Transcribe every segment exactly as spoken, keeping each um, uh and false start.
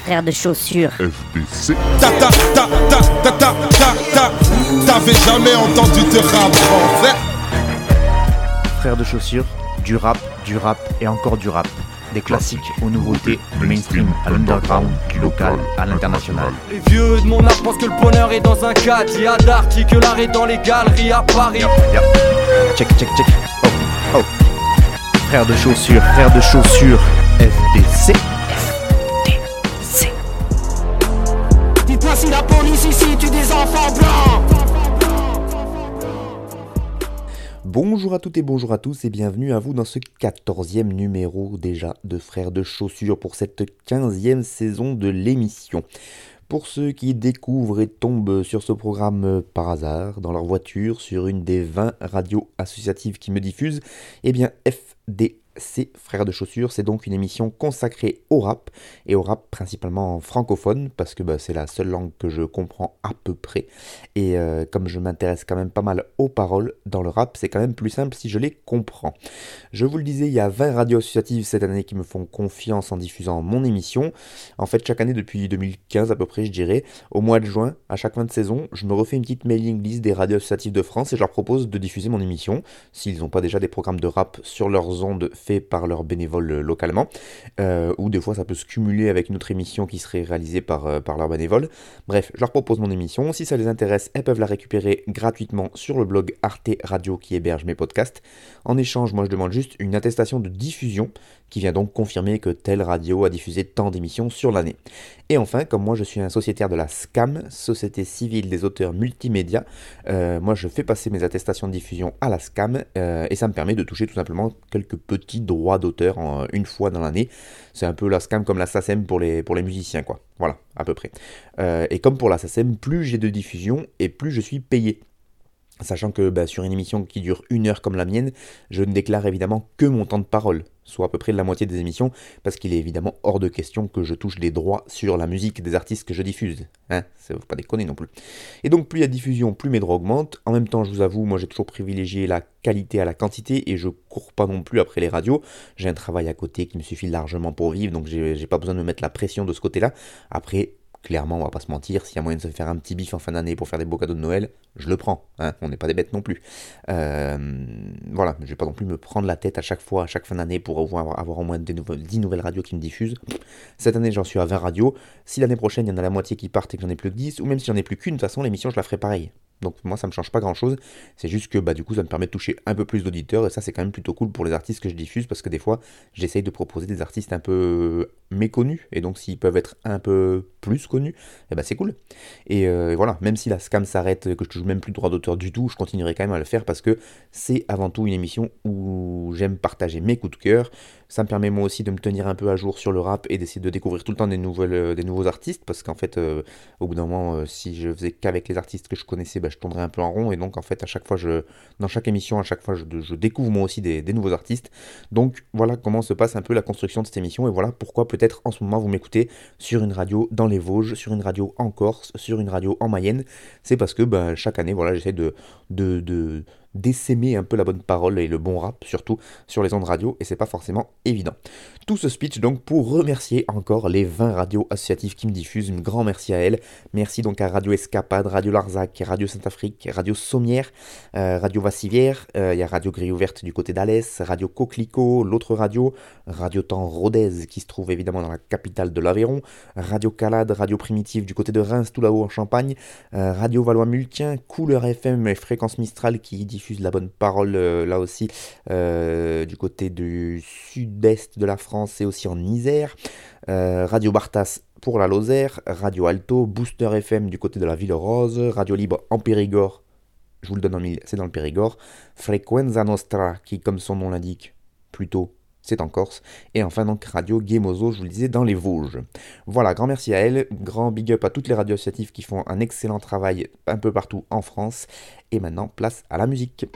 frères de chaussures. F D C. Ta ta ta ta ta ta ta ta. T'avais jamais entendu de rap français? Frères de chaussures, du rap, du rap et encore du rap. Des classiques aux nouveautés, du mainstream à l'underground, du local à l'international. Les vieux de mon âge pensent que le bonheur est dans un cadre. Il y a d'Arty que l'art est dans les galeries à Paris. Yep, yep. Check, check, check. Oh, oh. Frères de chaussures, frères de chaussures, F D C. Dites-moi si la police ici tue des enfants blancs. Bonjour à toutes et bonjour à tous et bienvenue à vous dans ce quatorzième numéro déjà de Frères de chaussures pour cette quinzième saison de l'émission. Pour ceux qui découvrent et tombent sur ce programme par hasard, dans leur voiture, sur une des vingt radios associatives qui me diffusent, eh bien F D C, Frères de chaussures, c'est donc une émission consacrée au rap, et au rap principalement francophone, parce que bah, c'est la seule langue que je comprends à peu près, et euh, comme je m'intéresse quand même pas mal aux paroles dans le rap, c'est quand même plus simple si je les comprends. Je vous le disais, il y a vingt radios associatives cette année qui me font confiance en diffusant mon émission. En fait, chaque année depuis deux mille quinze à peu près, je dirais, au mois de juin, à chaque fin de saison, je me refais une petite mailing list des radios associatives de France et je leur propose de diffuser mon émission, s'ils n'ont pas déjà des programmes de rap sur leurs ondes faits par leurs bénévoles localement, euh, ou des fois ça peut se cumuler avec une autre émission qui serait réalisée par, euh, par leurs bénévoles. Bref, je leur propose mon émission, si ça les intéresse, elles peuvent la récupérer gratuitement sur le blog Arte Radio qui héberge mes podcasts. En échange, moi je demande juste une attestation de diffusion qui vient donc confirmer que telle radio a diffusé tant d'émissions sur l'année. Et enfin, comme moi je suis un sociétaire de la S C A M, Société Civile des Auteurs Multimédia, euh, moi je fais passer mes attestations de diffusion à la S C A M euh, et ça me permet de toucher tout simplement quelques petits droits d'auteur en, une fois dans l'année. C'est un peu la S C A M comme la S A C E M pour les, pour les musiciens, quoi. Voilà, à peu près. Euh, et comme pour la S A C E M, plus j'ai de diffusion et plus je suis payé. Sachant que bah, sur une émission qui dure une heure comme la mienne, je ne déclare évidemment que mon temps de parole, soit à peu près la moitié des émissions, parce qu'il est évidemment hors de question que je touche des droits sur la musique des artistes que je diffuse. Hein, ça ne faut pas déconner non plus. Et donc plus il y a de diffusion, plus mes droits augmentent. En même temps, je vous avoue, moi j'ai toujours privilégié la qualité à la quantité, et je cours pas non plus après les radios. J'ai un travail à côté qui me suffit largement pour vivre, donc j'ai, j'ai pas besoin de me mettre la pression de ce côté-là. Après, clairement, on va pas se mentir, s'il y a moyen de se faire un petit bif en fin d'année pour faire des beaux cadeaux de Noël, je le prends, hein, on n'est pas des bêtes non plus. Euh, voilà, je vais pas non plus me prendre la tête à chaque fois, à chaque fin d'année pour avoir, avoir au moins des nouveaux, dix nouvelles radios qui me diffusent. Cette année, j'en suis à vingt radios. Si l'année prochaine, il y en a la moitié qui partent et que j'en ai plus que dix, ou même si j'en ai plus qu'une, de toute façon, l'émission, je la ferai pareil. Donc moi ça me change pas grand chose, c'est juste que bah du coup ça me permet de toucher un peu plus d'auditeurs et ça c'est quand même plutôt cool pour les artistes que je diffuse parce que des fois j'essaye de proposer des artistes un peu méconnus et donc s'ils peuvent être un peu plus connus, et bah c'est cool. Et, euh, et voilà, même si la S C A M s'arrête, que je touche même plus de droit d'auteur du tout, je continuerai quand même à le faire parce que c'est avant tout une émission où j'aime partager mes coups de cœur. Ça me permet moi aussi de me tenir un peu à jour sur le rap et d'essayer de découvrir tout le temps des, nouvelles, euh, des nouveaux artistes parce qu'en fait euh, au bout d'un moment euh, si je faisais qu'avec les artistes que je connaissais, bah, je tournerais un peu en rond et donc en fait à chaque fois je, dans chaque émission à chaque fois je, je découvre moi aussi des, des nouveaux artistes. Donc voilà comment se passe un peu la construction de cette émission et voilà pourquoi peut-être en ce moment vous m'écoutez sur une radio dans les Vosges, sur une radio en Corse, sur une radio en Mayenne. C'est parce que bah, chaque année voilà j'essaie de, de, de d'essaimer un peu la bonne parole et le bon rap, surtout sur les ondes radio, et c'est pas forcément évident. Tout ce speech donc pour remercier encore les vingt radios associatives qui me diffusent, un grand merci à elles. Merci donc à Radio Escapade, Radio Larzac, Radio Saint-Afrique, Radio Sommière, euh, Radio Vassivière, il euh, y a Radio Grille Ouverte du côté d'Alès, Radio Coquelicot, l'autre radio, Radio Temps Rodez qui se trouve évidemment dans la capitale de l'Aveyron, Radio Calade, Radio Primitive du côté de Reims, tout là-haut en Champagne, euh, Radio Valois-Multien, Couleur F M et Fréquence Mistral qui diffusent la bonne parole euh, là aussi euh, du côté du sud-est de la France et aussi en Isère, euh, Radio Bartas pour la Lozère, Radio Alto, Booster F M du côté de la Ville Rose, Radio Libre en Périgord, je vous le donne en mille, c'est dans le Périgord, Frequenza Nostra qui comme son nom l'indique plutôt c'est en Corse, et enfin donc Radio Gemozo, je vous le disais, dans les Vosges. Voilà, grand merci à elle, grand big up à toutes les radios associatives qui font un excellent travail un peu partout en France, et maintenant place à la musique.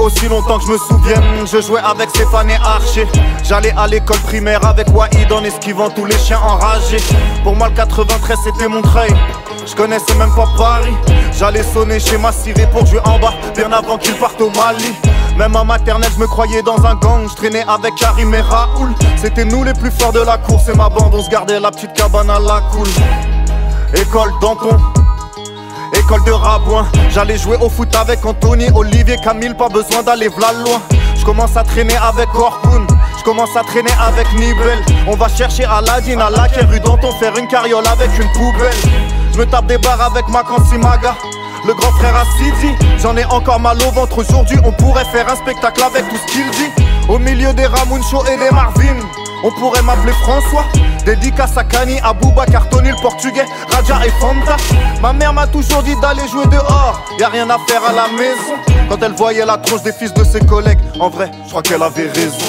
aussi longtemps que je me souvienne. Je jouais avec Stéphane et Archer. J'allais à l'école primaire avec Wahid en esquivant tous les chiens enragés. Pour moi le quatre-vingt-treize c'était Montreuil. Je connaissais même pas Paris. J'allais sonner chez Massiré pour jouer en bas, bien avant qu'il parte au Mali. Même en maternelle je me croyais dans un gang. Je traînais avec Karim et Raoul. C'était nous les plus forts de la course. Et ma bande on se gardait la petite cabane à la cool. École Danton, école de Rabouin. J'allais jouer au foot avec Anthony, Olivier, Camille. Pas besoin d'aller v'là loin. Je commence à traîner avec Orkun. Je commence à traîner avec Nibel. On va chercher Aladine à la rue Danton. Faire une carriole avec une poubelle. Je me tape des barres avec Makansi Maga, le grand frère à Sidi. J'en ai encore mal au ventre aujourd'hui. On pourrait faire un spectacle avec tout ce qu'il dit. Au milieu des Ramuncho et des Marvin, on pourrait m'appeler François. Dédicace à Kani, à Boubacar, Tony le portugais, Raja et Fanta. Ma mère m'a toujours dit d'aller jouer dehors. Y'a rien à faire à la maison. Quand elle voyait la tronche des fils de ses collègues, en vrai, je crois qu'elle avait raison.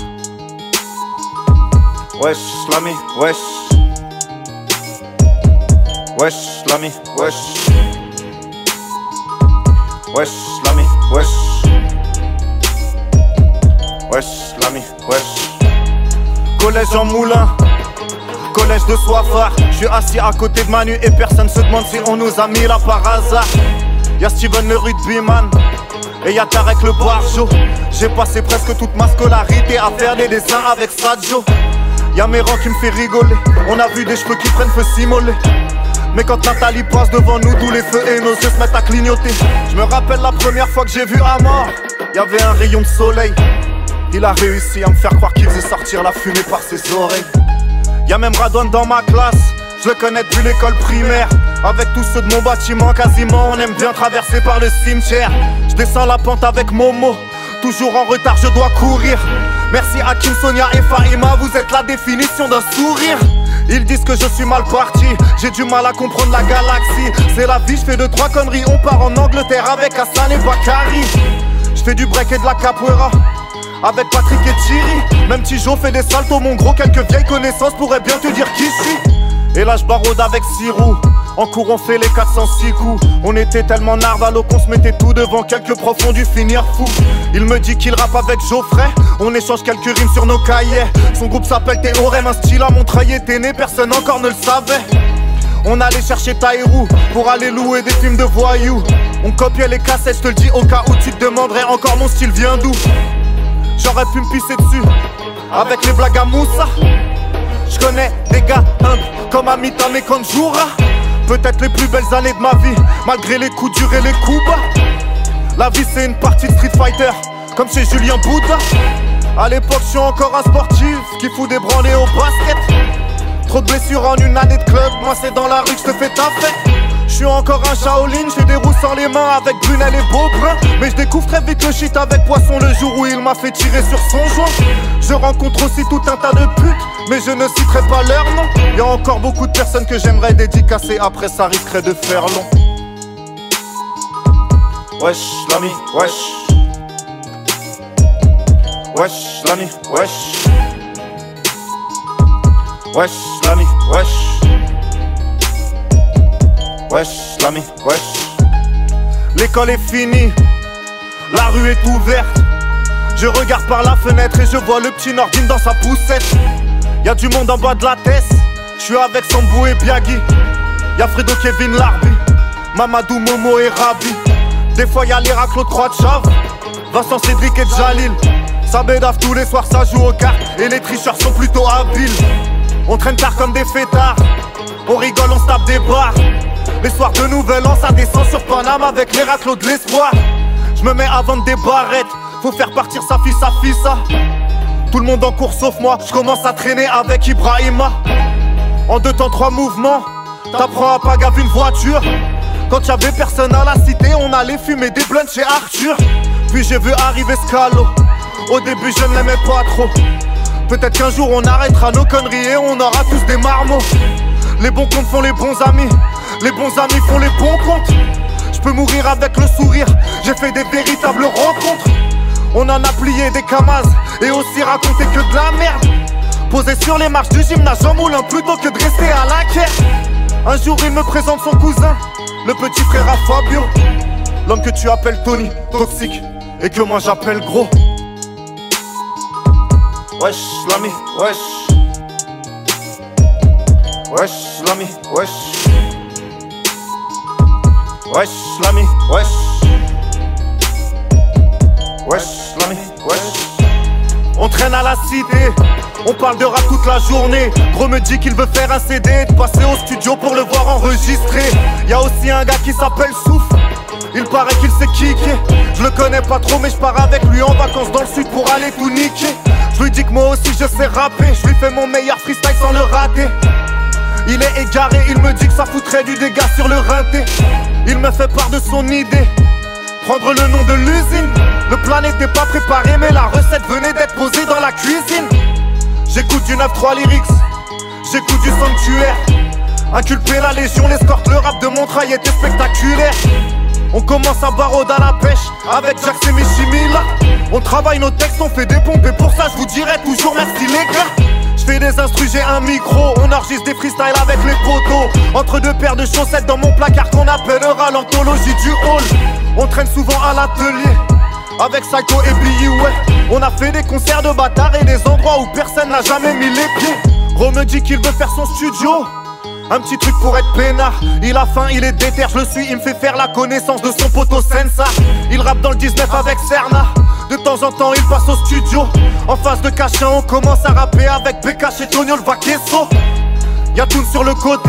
Wesh, l'ami, wesh. Wesh, l'ami, wesh. Wesh, l'ami, wesh. Wesh, l'ami, wesh. Collège en Moulin, collège de Soifard. Je suis assis à côté de Manu et personne se demande si on nous a mis là par hasard. Y'a Steven le rugbyman et y'a Tarek le barjo. J'ai passé presque toute ma scolarité à faire des dessins avec Sadio. Y'a Méran qui me fait rigoler. On a vu des cheveux qui prennent feu s'immoler. Mais quand Nathalie passe devant nous, tous les feux et nos yeux se mettent à clignoter. Je me rappelle la première fois que j'ai vu Amor. Y'avait un rayon de soleil. Il a réussi à me faire croire qu'il faisait sortir la fumée par ses oreilles. Y'a même Radouane dans ma classe. Je le connais depuis l'école primaire. Avec tous ceux de mon bâtiment, quasiment on aime bien traverser par le cimetière. Je descends la pente avec Momo. Toujours en retard, je dois courir. Merci à Kim, Sonia et Fahima. Vous êtes la définition d'un sourire. Ils disent que je suis mal parti. J'ai du mal à comprendre la galaxie. C'est la vie, je fais deux trois conneries. On part en Angleterre avec Hassan et Bakary. Je fais du break et de la capoeira avec Patrick et Thierry. Même Tijo fait des saltos, mon gros. Quelques vieilles connaissances pourraient bien te dire qui je suis. Et là je baraude avec Sirou. En cours on fait les quatre cent six coups. On était tellement narvalo qu'on se mettait tout devant. Quelques profs ont dû finir fou. Il me dit qu'il rappe avec Geoffrey. On échange quelques rimes sur nos cahiers. Son groupe s'appelle Théorème. Un style à Montreuil était né, personne encore ne le savait. On allait chercher Taïrou pour aller louer des films de voyous. On copiait les cassettes, je te le dis au cas où tu te demanderais encore mon style vient d'où. J'aurais pu me pisser dessus avec les blagues à Moussa. Je connais des gars humbles comme Amitam et Kanjoura. Peut-être les plus belles années de ma vie, malgré les coups durs et les coups bas. La vie c'est une partie de Street Fighter, comme chez Julien Bouddha. À l'époque je suis encore un sportif qui fout des branlées au basket. Trop de blessures en une année de club, moi c'est dans la rue que je te fais ta fête. Je suis encore un Shaolin, j'ai des roues sans les mains avec Brunel et Beaubrun. Mais je découvre très vite le shit avec Poisson le jour où il m'a fait tirer sur son joint. Je rencontre aussi tout un tas de putes, mais je ne citerai pas leur nom. Y'a encore beaucoup de personnes que j'aimerais dédicacer, après ça risquerait de faire long. Wesh l'ami, wesh. Wesh l'ami, wesh. Wesh l'ami, wesh. Wesh l'ami, wesh. L'école est finie, la rue est ouverte. Je regarde par la fenêtre et je vois le petit Nordine dans sa poussette. Y'a du monde en bas de la tête. Je suis avec Sambou et Biagui. Y'a Fredo, Kevin, Larbi, Mamadou, Momo et Rabi. Des fois y'a l'Irak, l'autre trois de Chave, Vincent, Cédric et Jalil. Ça bédave tous les soirs, ça joue aux cartes. Et les tricheurs sont plutôt habiles. On traîne tard comme des fêtards. On rigole, on se tape des barres. Les soirs de nouvel an, ça descend sur Paname avec les raclos de l'espoir. Je me mets à vendre des barrettes. Faut faire partir sa fille, sa fille, ça. Tout le monde en cours sauf moi. Je commence à traîner avec Ibrahima. En deux temps, trois mouvements. T'apprends à pas gaver une voiture. Quand y'avait personne à la cité, on allait fumer des blunts chez Arthur. Puis j'ai vu arriver Scalo. Au début je ne l'aimais pas trop. Peut-être qu'un jour on arrêtera nos conneries et on aura tous des marmots. Les bons comptes font les bons amis. Les bons amis font les bons comptes. Je peux mourir avec le sourire. J'ai fait des véritables rencontres. On en a plié des camas et aussi raconté que de la merde. Posé sur les marches du gymnase en moulin plutôt que de rester à la quai. Un jour il me présente son cousin, le petit frère à Fabio. L'homme que tu appelles Tony, toxique. et que moi j'appelle gros. Wesh l'ami, wesh. Wesh l'ami, wesh. Wesh l'ami, wesh. Wesh l'ami, wesh. On traîne à la cité, on parle de rap toute la journée. Gros me dit qu'il veut faire un C D, de passer au studio pour le voir enregistrer. Y'a aussi un gars qui s'appelle Souffle, il paraît qu'il s'est kické. Je le connais pas trop mais je pars avec lui en vacances dans le sud pour aller tout niquer. Je lui dis que moi aussi je sais rapper, je lui fais mon meilleur freestyle sans le rater. Il est égaré, il me dit que ça foutrait du dégât sur le rinté. Il me fait part de son idée, prendre le nom de l'usine. Le plan n'était pas préparé mais la recette venait d'être posée dans la cuisine. J'écoute du neuf trois lyrics, j'écoute du sanctuaire. Inculper la légion, l'escorte, le rap de Montreuil était spectaculaire. On commence à baraude à la pêche avec Jax et Michimila. On travaille nos textes, on fait des pompes et pour ça je vous dirai toujours merci les gars. Je fais des instrus, j'ai un micro, on enregistre des freestyles avec les potos. Entre deux paires de chaussettes dans mon placard qu'on appellera l'anthologie du hall. On traîne souvent à l'atelier avec Psycho et B U, ouais. On a fait des concerts de bâtards et des endroits où personne n'a jamais mis les pieds. Gros me dit qu'il veut faire son studio, un petit truc pour être peinard. Il a faim, il est déter, je le suis, il me fait faire la connaissance de son poteau Sensa. Il rappe dans le dix-neuf avec Serna, de temps en temps il passe au studio. En face de Cachin on commence à rapper avec B K chez Tonio le Vaquesso. Y'a Toon sur le côté,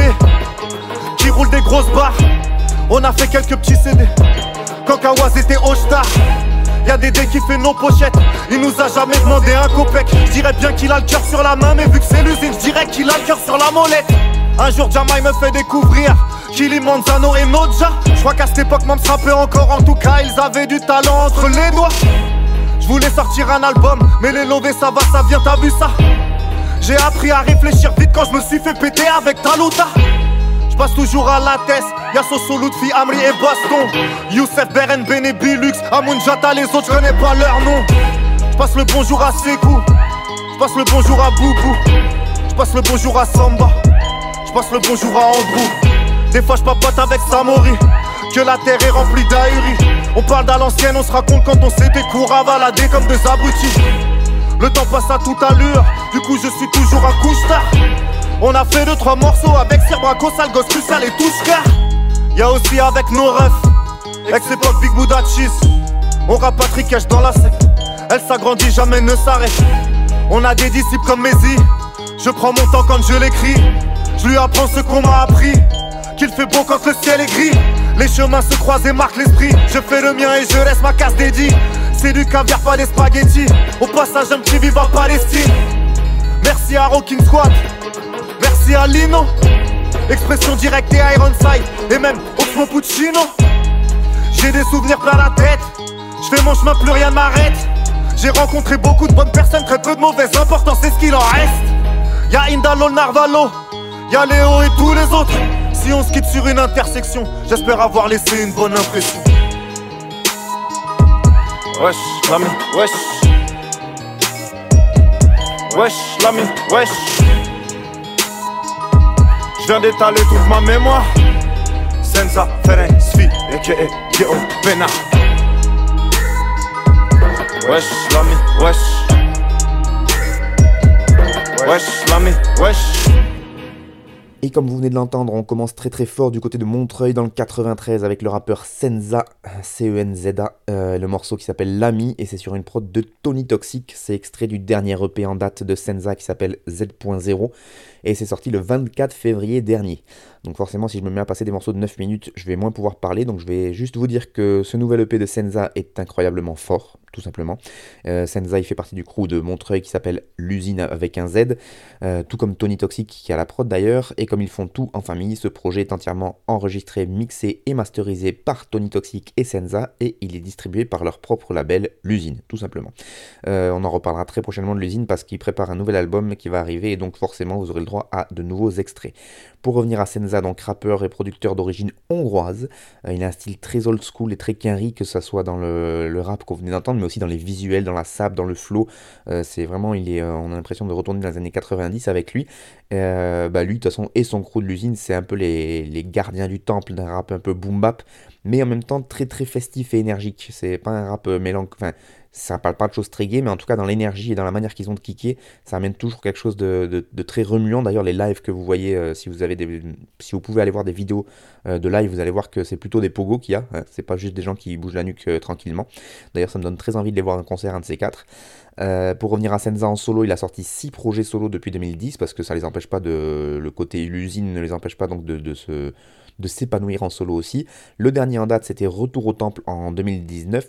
qui roule des grosses barres. On a fait quelques petits C D, quand Kawaz était au star. Y'a Dédé qui fait nos pochettes, il nous a jamais demandé un copec. J'dirais bien qu'il a le cœur sur la main, mais vu que c'est l'usine, j'dirais qu'il a le cœur sur la molette. Un jour Jamai me fait découvrir Kili, Manzano et Nodja. J'crois qu'à cette époque même rappait encore, en tout cas ils avaient du talent entre les doigts. J'voulais sortir un album, mais les lovés ça va, ça vient, t'as vu ça? J'ai appris à réfléchir vite quand je me suis fait péter avec Taluta. J'passe toujours à la tête, y'a Soso, Lutfi, Amri et Baston. Youssef, Beren, Bene, Bilux, Amoun, Jata, les autres j'connais pas leur nom. J'passe le bonjour à Sekou, j'passe le bonjour à Boubou, j'passe le bonjour à Samba, j'passe le bonjour à Andrew. Des fois j'papote avec Samori, que la terre est remplie d'ahuris. On parle d'à l'ancienne, on se raconte quand on s'était court à balader comme des abrutis. Le temps passe à toute allure, du coup je suis toujours un couche-tard. On a fait deux trois morceaux avec Serbraco, Salgos, Crucial et Touchka. Y'a aussi avec nos refs, ex-époque Big Buddha Cheese. On rappe Patrick Cash dans la secte, elle s'agrandit, jamais ne s'arrête. On a des disciples comme Mézi, je prends mon temps quand je l'écris. Je lui apprends ce qu'on m'a appris, qu'il fait beau quand le ciel est gris. Les chemins se croisent et marquent l'esprit. Je fais le mien et je laisse ma casse dédiée. C'est du caviar, pas des spaghettis. Au passage un petit vive à Palestine. Merci à Rockin' Squad, merci à Lino, Expression Directe et Ironside, et même Oxmo Puccino. J'ai des souvenirs plein la tête, je fais mon chemin, plus rien ne m'arrête. J'ai rencontré beaucoup de bonnes personnes, très peu de mauvaises, l'important c'est ce qu'il en reste. Y'a Indalo, Narvalo, y'a Léo et tous les autres. Si on se quitte sur une intersection, j'espère avoir laissé une bonne impression. Wesh, l'ami, wesh. Wesh, l'ami, wesh. J'viens d'étaler toute ma mémoire. Senza, Ferenc, Sfi, a k a. Geo, Bena. Wesh, l'ami, wesh. Wesh, l'ami, wesh. Et comme vous venez de l'entendre, on commence très très fort du côté de Montreuil dans le quatre-vingt-treize avec le rappeur Senza, C E N Z A, euh, le morceau qui s'appelle L'Ami, et c'est sur une prod de Tony Toxic. C'est extrait du dernier E P en date de Senza qui s'appelle Z point zéro, et c'est sorti le vingt-quatre février dernier. Donc forcément, si je me mets à passer des morceaux de neuf minutes, je vais moins pouvoir parler, donc je vais juste vous dire que ce nouvel E P de Senza est incroyablement fort, tout simplement. Euh, Senza, il fait partie du crew de Montreuil qui s'appelle L'Usine avec un Z, euh, tout comme Tony Toxic qui a la prod d'ailleurs, et comme ils font tout en famille, ce projet est entièrement enregistré, mixé et masterisé par Tony Toxic et Senza, et il est distribué par leur propre label, L'Usine, tout simplement. Euh, on en reparlera très prochainement de L'Usine parce qu'ils préparent un nouvel album qui va arriver, et donc forcément vous aurez le droit à de nouveaux extraits. Pour revenir à Senza, donc rappeur et producteur d'origine hongroise, euh, il a un style très old school et très quinri, que ce soit dans le, le rap qu'on venait d'entendre, mais aussi dans les visuels, dans la sap, dans le flow. Euh, c'est vraiment, il est, euh, on a l'impression de retourner dans les années quatre-vingt-dix avec lui. Euh, bah lui, de toute façon, et son crew de L'Usine, c'est un peu les, les gardiens du temple d'un rap un peu boom bap. mais en même temps très très festif et énergique. C'est pas un rap mélange, enfin ça parle pas de choses très gaies, mais en tout cas dans l'énergie et dans la manière qu'ils ont de kicker, ça amène toujours quelque chose de, de, de très remuant. D'ailleurs les lives que vous voyez, euh, si vous avez des, si vous pouvez aller voir des vidéos euh, de live, vous allez voir que c'est plutôt des pogos qu'il y a, hein. C'est pas juste des gens qui bougent la nuque euh, tranquillement. D'ailleurs ça me donne très envie de les voir en concert, un de ces quatre. Euh, pour revenir à Senza en solo, il a sorti six projets solo depuis deux mille dix, parce que ça les empêche pas de, le côté l'usine ne les empêche pas donc de, de se de s'épanouir en solo aussi. Le dernier en date, c'était Retour au Temple en deux mille dix-neuf.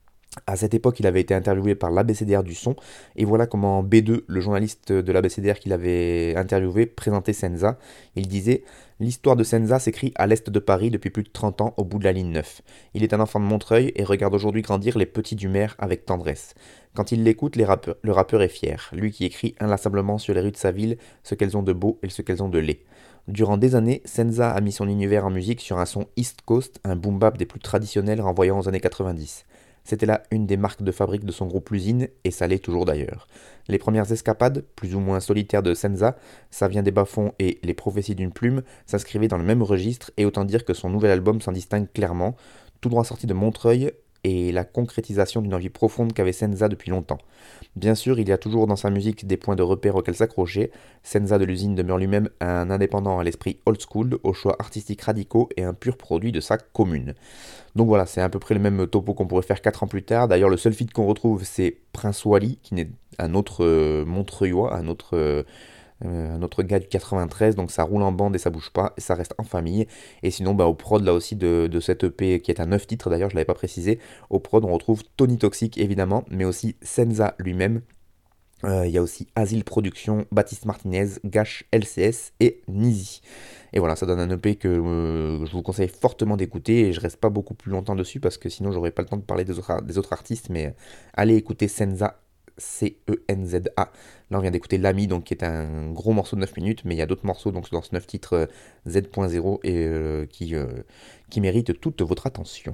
À cette époque, il avait été interviewé par l'A B C D R du son, et voilà comment B deux, le journaliste de l'A B C D R qu'il avait interviewé, présentait Senza. Il disait « L'histoire de Senza s'écrit à l'est de Paris depuis plus de trente ans, au bout de la ligne neuf. Il est un enfant de Montreuil et regarde aujourd'hui grandir les petits du maire avec tendresse. Quand il l'écoute, les rappeurs, le rappeur est fier, lui qui écrit inlassablement sur les rues de sa ville ce qu'elles ont de beau et ce qu'elles ont de laid. » Durant des années, Senza a mis son univers en musique sur un son East Coast, un boom bap des plus traditionnels renvoyant aux années quatre-vingt-dix. C'était là une des marques de fabrique de son groupe L'Usine, et ça l'est toujours d'ailleurs. Les premières escapades, plus ou moins solitaires de Senza, Ça vient des bas-fonds et Les prophéties d'une plume, s'inscrivaient dans le même registre, et autant dire que son nouvel album s'en distingue clairement, tout droit sorti de Montreuil, et la concrétisation d'une envie profonde qu'avait Senza depuis longtemps. Bien sûr, il y a toujours dans sa musique des points de repère auxquels s'accrocher. Senza de l'Usine demeure lui-même un indépendant à l'esprit old school, aux choix artistiques radicaux et un pur produit de sa commune. Donc voilà, c'est à peu près le même topo qu'on pourrait faire quatre ans plus tard. D'ailleurs, le seul feat qu'on retrouve, c'est Prince Wally, qui n'est un autre euh, Montreuillois, un autre... Euh, Euh, un autre gars du quatre-vingt-treize, donc ça roule en bande et ça bouge pas, et ça reste en famille. Et sinon, bah, au prod là aussi de, de cette E P, qui est à neuf titres d'ailleurs, je l'avais pas précisé, au prod on retrouve Tony Toxic évidemment, mais aussi Senza lui-même. Il euh, y a aussi Asile Productions, Baptiste Martinez, Gash L C S et Nizi. Et voilà, ça donne un E P que euh, je vous conseille fortement d'écouter, et je reste pas beaucoup plus longtemps dessus parce que sinon j'aurais pas le temps de parler des autres, des autres artistes, mais allez écouter Senza, C E N Z A. Là on vient d'écouter L'Ami, donc qui est un gros morceau de neuf minutes, mais il y a d'autres morceaux donc dans ce neuf titres euh, Z point zéro et euh, qui, euh, qui méritent toute votre attention.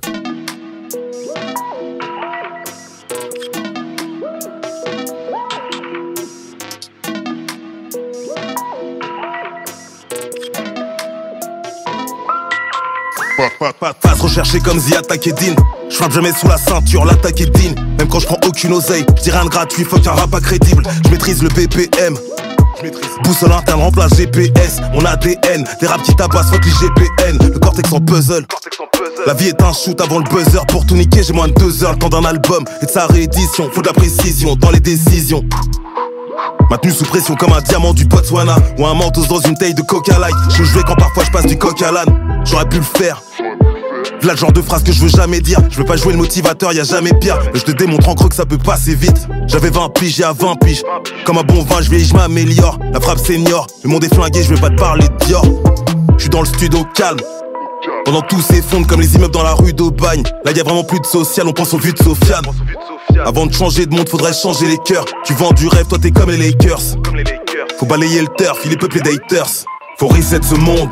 Passe recherché comme Zia Takedine. Je frappe jamais sous la ceinture, l'attaque est digne. Même quand je prends aucune oseille, je dis rien de gratuit, faut qu'un rap pas crédible. Je maîtrise le B P M. Boussole interne remplace G P S. Mon A D N, des raps qui tabassent, fuck les G P N. Le cortex en puzzle. La vie est un shoot avant le buzzer. Pour tout niquer, j'ai moins de deux heures. Le temps d'un album et de sa réédition. Faut de la précision dans les décisions. Maintenu sous pression comme un diamant du Botswana, ou un mentos dans une taille de Coca Light. Je jouais quand parfois je passe du coq à l'âne. J'aurais pu le faire. V'là le genre de phrase que je veux jamais dire. Je veux pas jouer le motivateur, y'a jamais pire. Mais je te démontre en creux que ça peut passer vite. J'avais vingt piges, j'ai à vingt piges. Comme un bon vin, je vieillis, je m'améliore. La frappe senior, le monde est flingué, je vais pas te parler de Dior. Je suis dans le studio calme. Pendant tout s'effondre comme les immeubles dans la rue d'Aubagne. Là y'a vraiment plus de social, on pense au vu de Sofiane. Avant de changer de monde, faudrait changer les cœurs. Tu vends du rêve, toi t'es comme les Lakers. Faut balayer le turf, il est peuplé d'haters. Faut reset ce monde.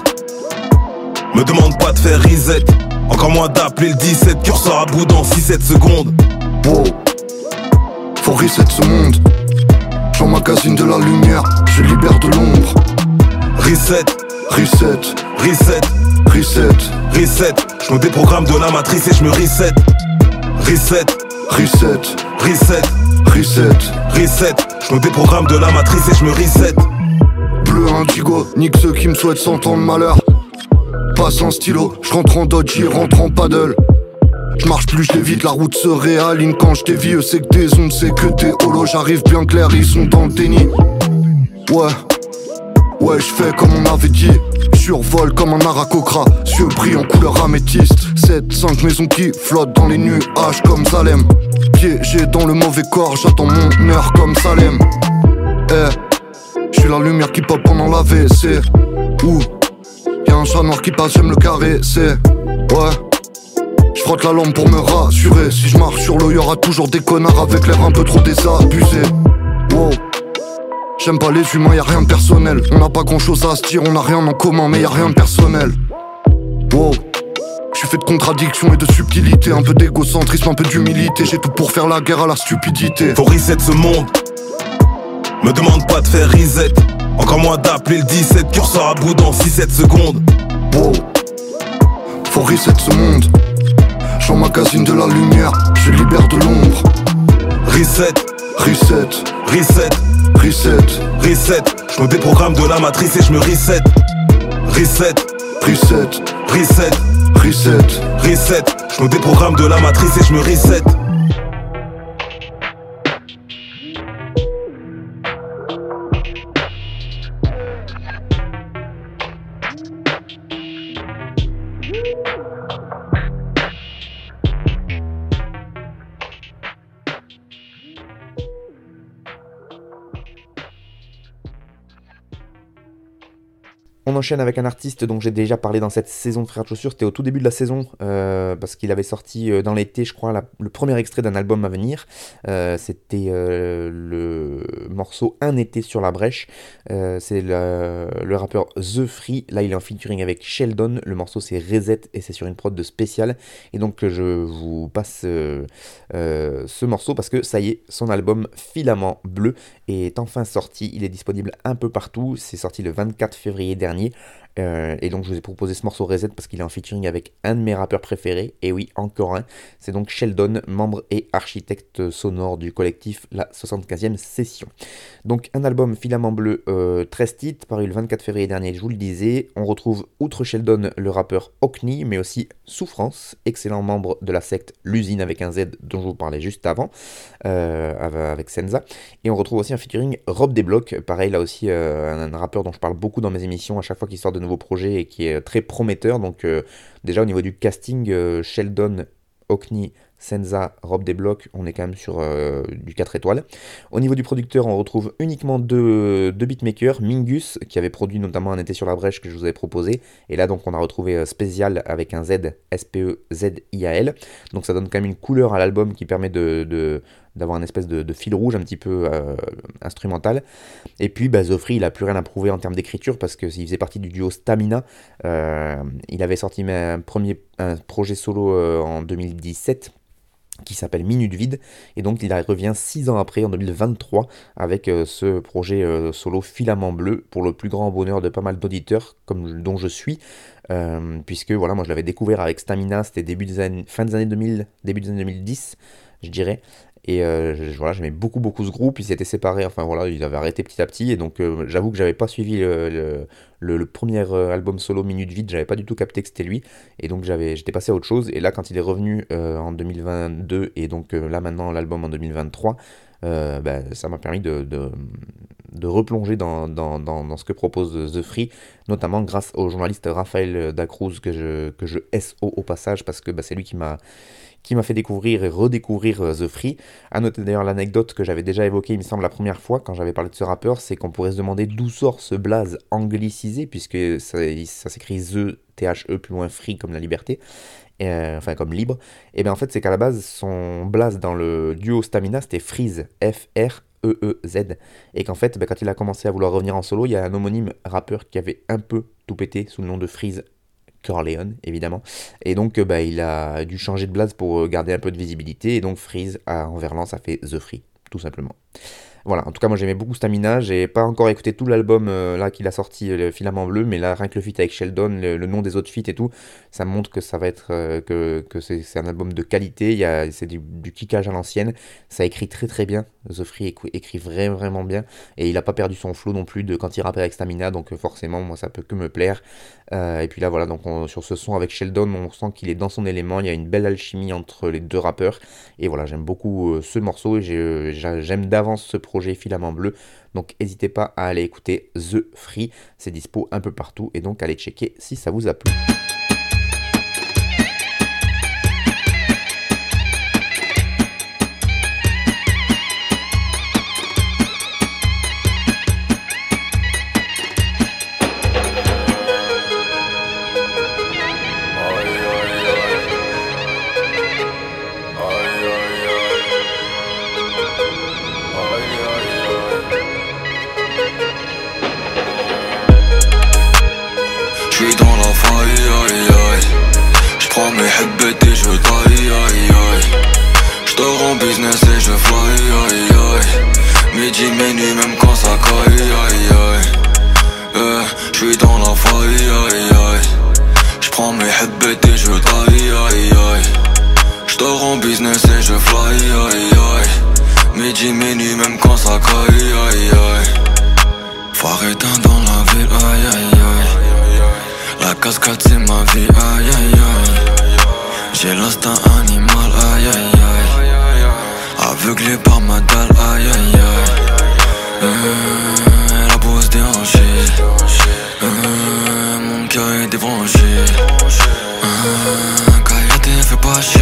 Me demande pas de faire reset. Encore moins d'appeler le dix-sept. Curseur à bout dans six sept secondes. Wow. Faut reset ce monde. J'emmagasine de la lumière, je libère de l'ombre. Reset, reset, reset, reset, reset. Je me déprogramme de la matrice et je me reset. Reset, reset, reset, reset, reset. Je me déprogramme de la matrice et je me reset. Bleu indigo, nique ceux qui me souhaitent cent ans de malheur. Passe un stylo, je rentre en dodge, j'y rentre en paddle. Je marche plus, je l'évite, la route se réaligne quand je dévie. C'est que des ondes, c'est que des holos, j'arrive bien clair, ils sont dans le déni. Ouais, ouais, je fais comme on avait dit. Survole comme un aracocra, cieux brillent en couleur améthyste. sept cinq maisons qui flottent dans les nuages comme Salem. Piégé dans le mauvais corps, j'attends mon heure comme Salem. Eh, je suis la lumière qui pop pendant la V C. Ouh, y'a un chat noir qui passe, j'aime le caresser. Ouais, je frotte la lampe pour me rassurer. Si je marche sur l'eau, y'aura toujours des connards avec l'air un peu trop désabusé. Wow, j'aime pas les humains, y'a rien de personnel. On n'a pas grand chose à se dire, on a rien en commun, mais y'a rien de personnel. Wow, je suis fait de contradictions et de subtilité. Un peu d'égocentrisme, un peu d'humilité. J'ai tout pour faire la guerre à la stupidité. Faut reset ce monde. Me demande pas de faire reset. Encore moins d'appeler le dix-sept. Curseur à bout dans six sept secondes. Wow, faut reset ce monde. j'emmagasine de la lumière, je libère de l'ombre. Reset, Reset, reset, reset, reset. Je me déprogramme de la matrice et je me reset. Reset, reset, reset, reset. reset. Je me déprogramme de la matrice et je me reset. On enchaîne avec un artiste dont j'ai déjà parlé dans cette saison de Frères de Chaussures. C'était au tout début de la saison, euh, parce qu'il avait sorti euh, dans l'été, je crois, la, le premier extrait d'un album à venir. Euh, c'était euh, le morceau Un été sur la brèche. Euh, c'est le, le rappeur The Free. Là, il est en featuring avec Sheldon. Le morceau, c'est Reset et c'est sur une prod de spécial. Et donc, je vous passe euh, euh, ce morceau parce que ça y est, son album Filament Bleu est enfin sorti. Il est disponible un peu partout. C'est sorti le vingt-quatre février dernier. Euh, et donc je vous ai proposé ce morceau Reset parce qu'il est en featuring avec un de mes rappeurs préférés, et oui, encore un, c'est donc Sheldon, membre et architecte sonore du collectif La soixante-quinzième Session. Donc un album Filament Bleu, euh, treize titres, paru le vingt-quatre février dernier, je vous le disais. On retrouve, outre Sheldon, le rappeur Hockney, mais aussi Souffrance, excellent membre de la secte L'Usine avec un Z dont je vous parlais juste avant, euh, avec Senza. Et on retrouve aussi un featuring Rob Desblocs, pareil là aussi euh, un, un rappeur dont je parle beaucoup dans mes émissions à chaque fois qu'il sort de nouveaux projets et qui est très prometteur. Donc euh, déjà au niveau du casting, euh, Sheldon, Hockney, Senza, Rob Desblocs, on est quand même sur euh, du quatre étoiles. Au niveau du producteur, on retrouve uniquement deux, deux beatmakers, Mingus, qui avait produit notamment Un été sur la brèche que je vous avais proposé, et là donc on a retrouvé euh, Spécial avec un Z, S P E Z I A L, donc ça donne quand même une couleur à l'album qui permet de... de d'avoir une espèce de, de fil rouge un petit peu euh, instrumental. Et puis bah, The Free, il a plus rien à prouver en termes d'écriture parce qu'il faisait partie du duo Stamina. Euh, il avait sorti un premier un projet solo euh, en deux mille dix-sept qui s'appelle Minute Vide, et donc il revient six ans après, en deux mille vingt-trois, avec euh, ce projet euh, solo Filament Bleu, pour le plus grand bonheur de pas mal d'auditeurs, comme dont je suis, euh, puisque voilà, moi je l'avais découvert avec Stamina, c'était début des années, fin des années deux mille, début des années deux mille dix, je dirais. Et euh, je, voilà, j'aimais beaucoup beaucoup ce groupe. Ils s'étaient séparés, enfin voilà, ils avaient arrêté petit à petit. Et donc euh, j'avoue que j'avais pas suivi le, le, le, le premier album solo Minute Vide, j'avais pas du tout capté que c'était lui. Et donc j'avais, j'étais passé à autre chose. Et là, quand il est revenu euh, en deux mille vingt-deux, et donc euh, là maintenant l'album en deux mille vingt-trois, euh, bah, ça m'a permis de, de, de replonger dans, dans, dans, dans ce que propose The Free, notamment grâce au journaliste Raphaël Dacruz, que je, que je S O au passage, parce que bah, c'est lui qui m'a... qui m'a fait découvrir et redécouvrir The Free. À noter d'ailleurs l'anecdote que j'avais déjà évoquée, il me semble, la première fois, quand j'avais parlé de ce rappeur, c'est qu'on pourrait se demander d'où sort ce blaze anglicisé, puisque ça, ça s'écrit The, T H E, plus loin Free, comme la liberté, et, euh, enfin comme libre. Et bien en fait, c'est qu'à la base, son blaze dans le duo Stamina, c'était Freeze, F R E E Z, et qu'en fait, ben, quand il a commencé à vouloir revenir en solo, il y a un homonyme rappeur qui avait un peu tout pété sous le nom de Freeze Corleone, évidemment, et donc bah, il a dû changer de blaze pour garder un peu de visibilité, et donc Freeze à, en verlan, ça fait The Free, tout simplement. Voilà, en tout cas moi j'aimais beaucoup Stamina, j'ai pas encore écouté tout l'album euh, là qu'il a sorti, le Filament Bleu, mais là rien que le feat avec Sheldon, le, le nom des autres feats et tout, ça montre que ça va être, euh, que, que c'est, c'est un album de qualité, il y a, c'est du, du kickage à l'ancienne, ça écrit très très bien, The Free écrit, écrit vraiment vraiment bien, et il a pas perdu son flow non plus de quand il rappelle avec Stamina, donc euh, forcément moi ça peut que me plaire. Euh, et puis là voilà, donc on, sur ce son avec Sheldon, on sent qu'il est dans son élément, il y a une belle alchimie entre les deux rappeurs, et voilà, j'aime beaucoup euh, ce morceau, et j'ai, j'aime d'avance ce projet Filament Bleu, donc n'hésitez pas à aller écouter The Free, c'est dispo un peu partout, et donc allez checker si ça vous a plu. Midi, minuit, même quand ça caille, aïe aïe. Euh, j'suis dans la faille, aïe aïe. J'prends mes headbets et je taille, aïe aïe. en business et je fly, aïe aïe. Midi, minuit, même quand ça caille, aïe aïe. Phare éteint dans la ville, aïe aïe aïe. La cascade c'est ma vie, aïe aïe aïe. J'ai l'instinct animal, aïe aïe aïe. Aveuglé par ma dalle, aïe aïe aïe. euh, La bosse déhanchée, euh, mon cœur est débranché. euh, Kayate fait pas chier,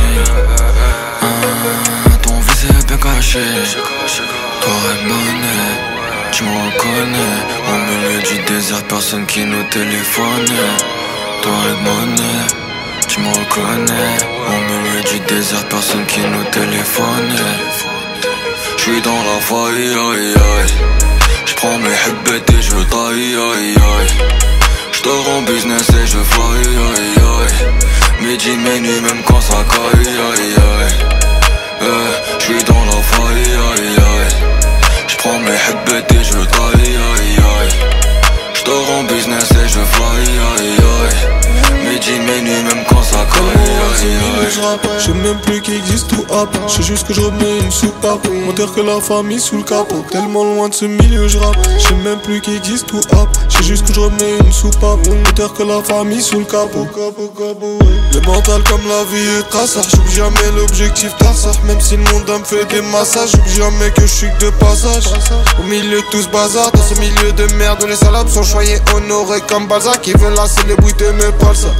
euh, ton vice est bien caché. Toi et monnaie, tu me reconnais. Au milieu du désert, personne qui nous téléphone. Toi et monnaie, tu me reconnais. Au milieu du désert, personne qui nous téléphone. J'suis dans la faille, aïe aïe. J'prends mes hibbettes et je taille, aïe aïe. J'dors en business et je fly, aïe aïe. Midi, minuit, même quand ça caille, aïe aïe. eh, J'suis dans la faille, aïe aïe. J'prends mes hibbettes et je taille, aïe aïe. J'dors en business et je fly, aïe aïe. Midi, minuit, même quand ça caille, aïe aïe. Je sais même plus qui existe ou hop. Je sais juste que je remets une soupape. Moteur que la famille sous le capot. Tellement loin de ce milieu je rappe. Je sais même plus qui existe ou hop. Je sais juste que je remets une soupape. Moteur que la famille sous le capot. Le mental comme la vie est traçage. J'oublie jamais l'objectif d'Arsar. Même si le monde me fait des massages. J'oublie jamais que je suis que de passage. Au milieu de tout ce bazar. Dans ce milieu de merde où les salades sont choyés honorés comme Balzac. Ils veulent la célébrité mais pas ça.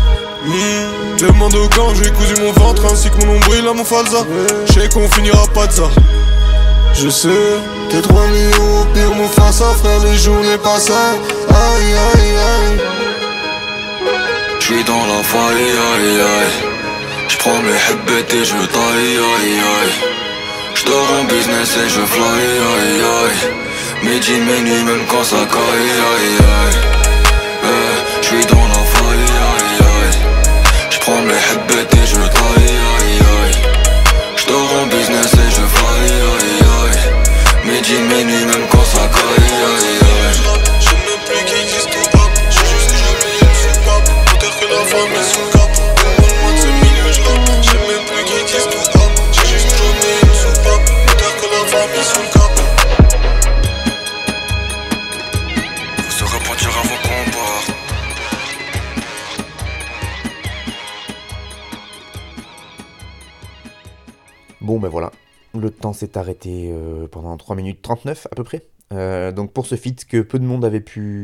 Mmh. Demande au gang, j'ai cousu mon ventre ainsi que mon nombril à mon falsa. Je sais qu'on finira pas de ça. Je sais, t'es trop millions au pire mon face à frère, les journées passent. Aïe aïe aïe. J'suis dans la faille, aïe aïe. J'prends mes hibbettes et je taille, aïe aïe. J'dors en business et je fly, aïe aïe. Midi, minuit, même quand ça caille, aïe aïe. eh, J'suis dans la faille, aïe aïe. J'prends mes hibbettes et je taille, aïe aïe. J'dors en business et je fly, aïe aïe. Midi, minuit, même quand ça caille, aïe aïe. Je sais même plus qui existe ou pas. Je sais juste que je mets une soupape. Moteur que la famille sous le cap. Loin de ce milieu je rappe. Je sais même plus qui existe ou pas. Je sais juste que je mets une soupape. Moteur que la famille sous le cap. Faut se repentir avant qu'on parte. Bon ben voilà, le temps s'est arrêté euh, pendant trois minutes trente-neuf à peu près. Euh, donc pour ce feat que peu de monde avait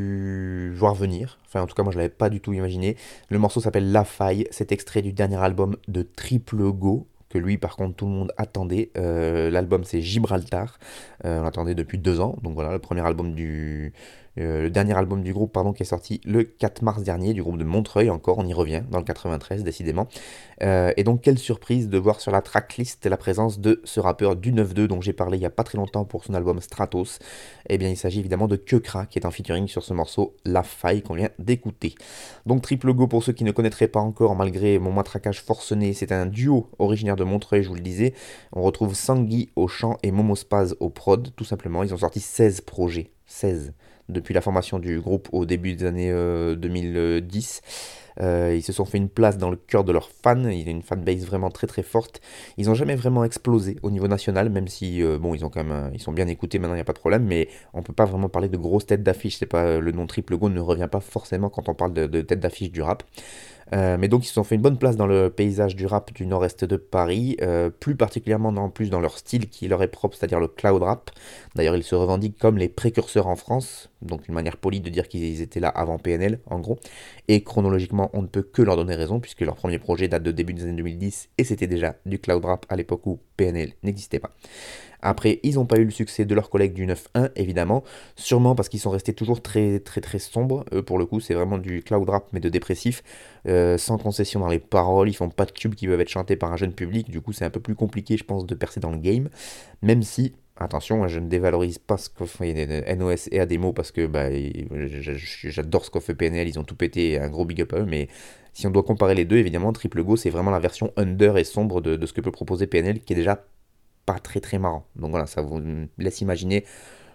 pu voir venir, enfin en tout cas moi je l'avais pas du tout imaginé. Le morceau s'appelle La Faille, c'est extrait du dernier album de Triple Go, que lui par contre tout le monde attendait. Euh, l'album c'est Gibraltar, euh, on l'attendait depuis deux ans, donc voilà le premier album du... Euh, le dernier album du groupe pardon, qui est sorti le quatre mars dernier, du groupe de Montreuil encore, on y revient, dans le quatre-vingt-treize décidément. Euh, et donc quelle surprise de voir sur la tracklist la présence de ce rappeur du neuf deux dont j'ai parlé il n'y a pas très longtemps pour son album Stratos. Eh bien il s'agit évidemment de Keukra qui est en featuring sur ce morceau La Faille qu'on vient d'écouter. Donc Triple Go pour ceux qui ne connaîtraient pas encore malgré mon matraquage forcené, c'est un duo originaire de Montreuil, je vous le disais. On retrouve Sangui au chant et Momo Spaz au prod, tout simplement. Ils ont sorti seize projets, seize depuis la formation du groupe au début des années euh, deux mille dix. Euh, ils se sont fait une place dans le cœur de leurs fans, il y a une fanbase vraiment très très forte. Ils n'ont jamais vraiment explosé au niveau national, même si euh, bon ils ont quand même euh, ils sont bien écoutés maintenant, il n'y a pas de problème, mais on peut pas vraiment parler de grosses têtes d'affiche. C'est pas, le nom Triple Go ne revient pas forcément quand on parle de, de têtes d'affiche du rap. Euh, mais donc ils se sont fait une bonne place dans le paysage du rap du nord-est de Paris, euh, plus particulièrement en plus dans leur style qui leur est propre, c'est-à-dire le cloud rap. D'ailleurs ils se revendiquent comme les précurseurs en France, donc une manière polie de dire qu'ils étaient là avant P N L en gros, et chronologiquement on ne peut que leur donner raison puisque leur premier projet date de début des années deux mille dix et c'était déjà du cloud rap à l'époque où P N L n'existait pas. Après, ils n'ont pas eu le succès de leurs collègues du neuf un, évidemment, sûrement parce qu'ils sont restés toujours très très très sombres. Eux, pour le coup, c'est vraiment du cloud rap, mais de dépressif, euh, sans concession dans les paroles, ils font pas de tubes qui peuvent être chantés par un jeune public, du coup c'est un peu plus compliqué, je pense, de percer dans le game, même si... Attention, je ne dévalorise pas ce qu'ont fait N O S et Ademo parce que bah, j'adore ce qu'ont fait P N L, ils ont tout pété, un gros big up à eux, mais si on doit comparer les deux, évidemment, Triple Go, c'est vraiment la version under et sombre de, de ce que peut proposer P N L, qui est déjà pas très très marrant. Donc voilà, ça vous laisse imaginer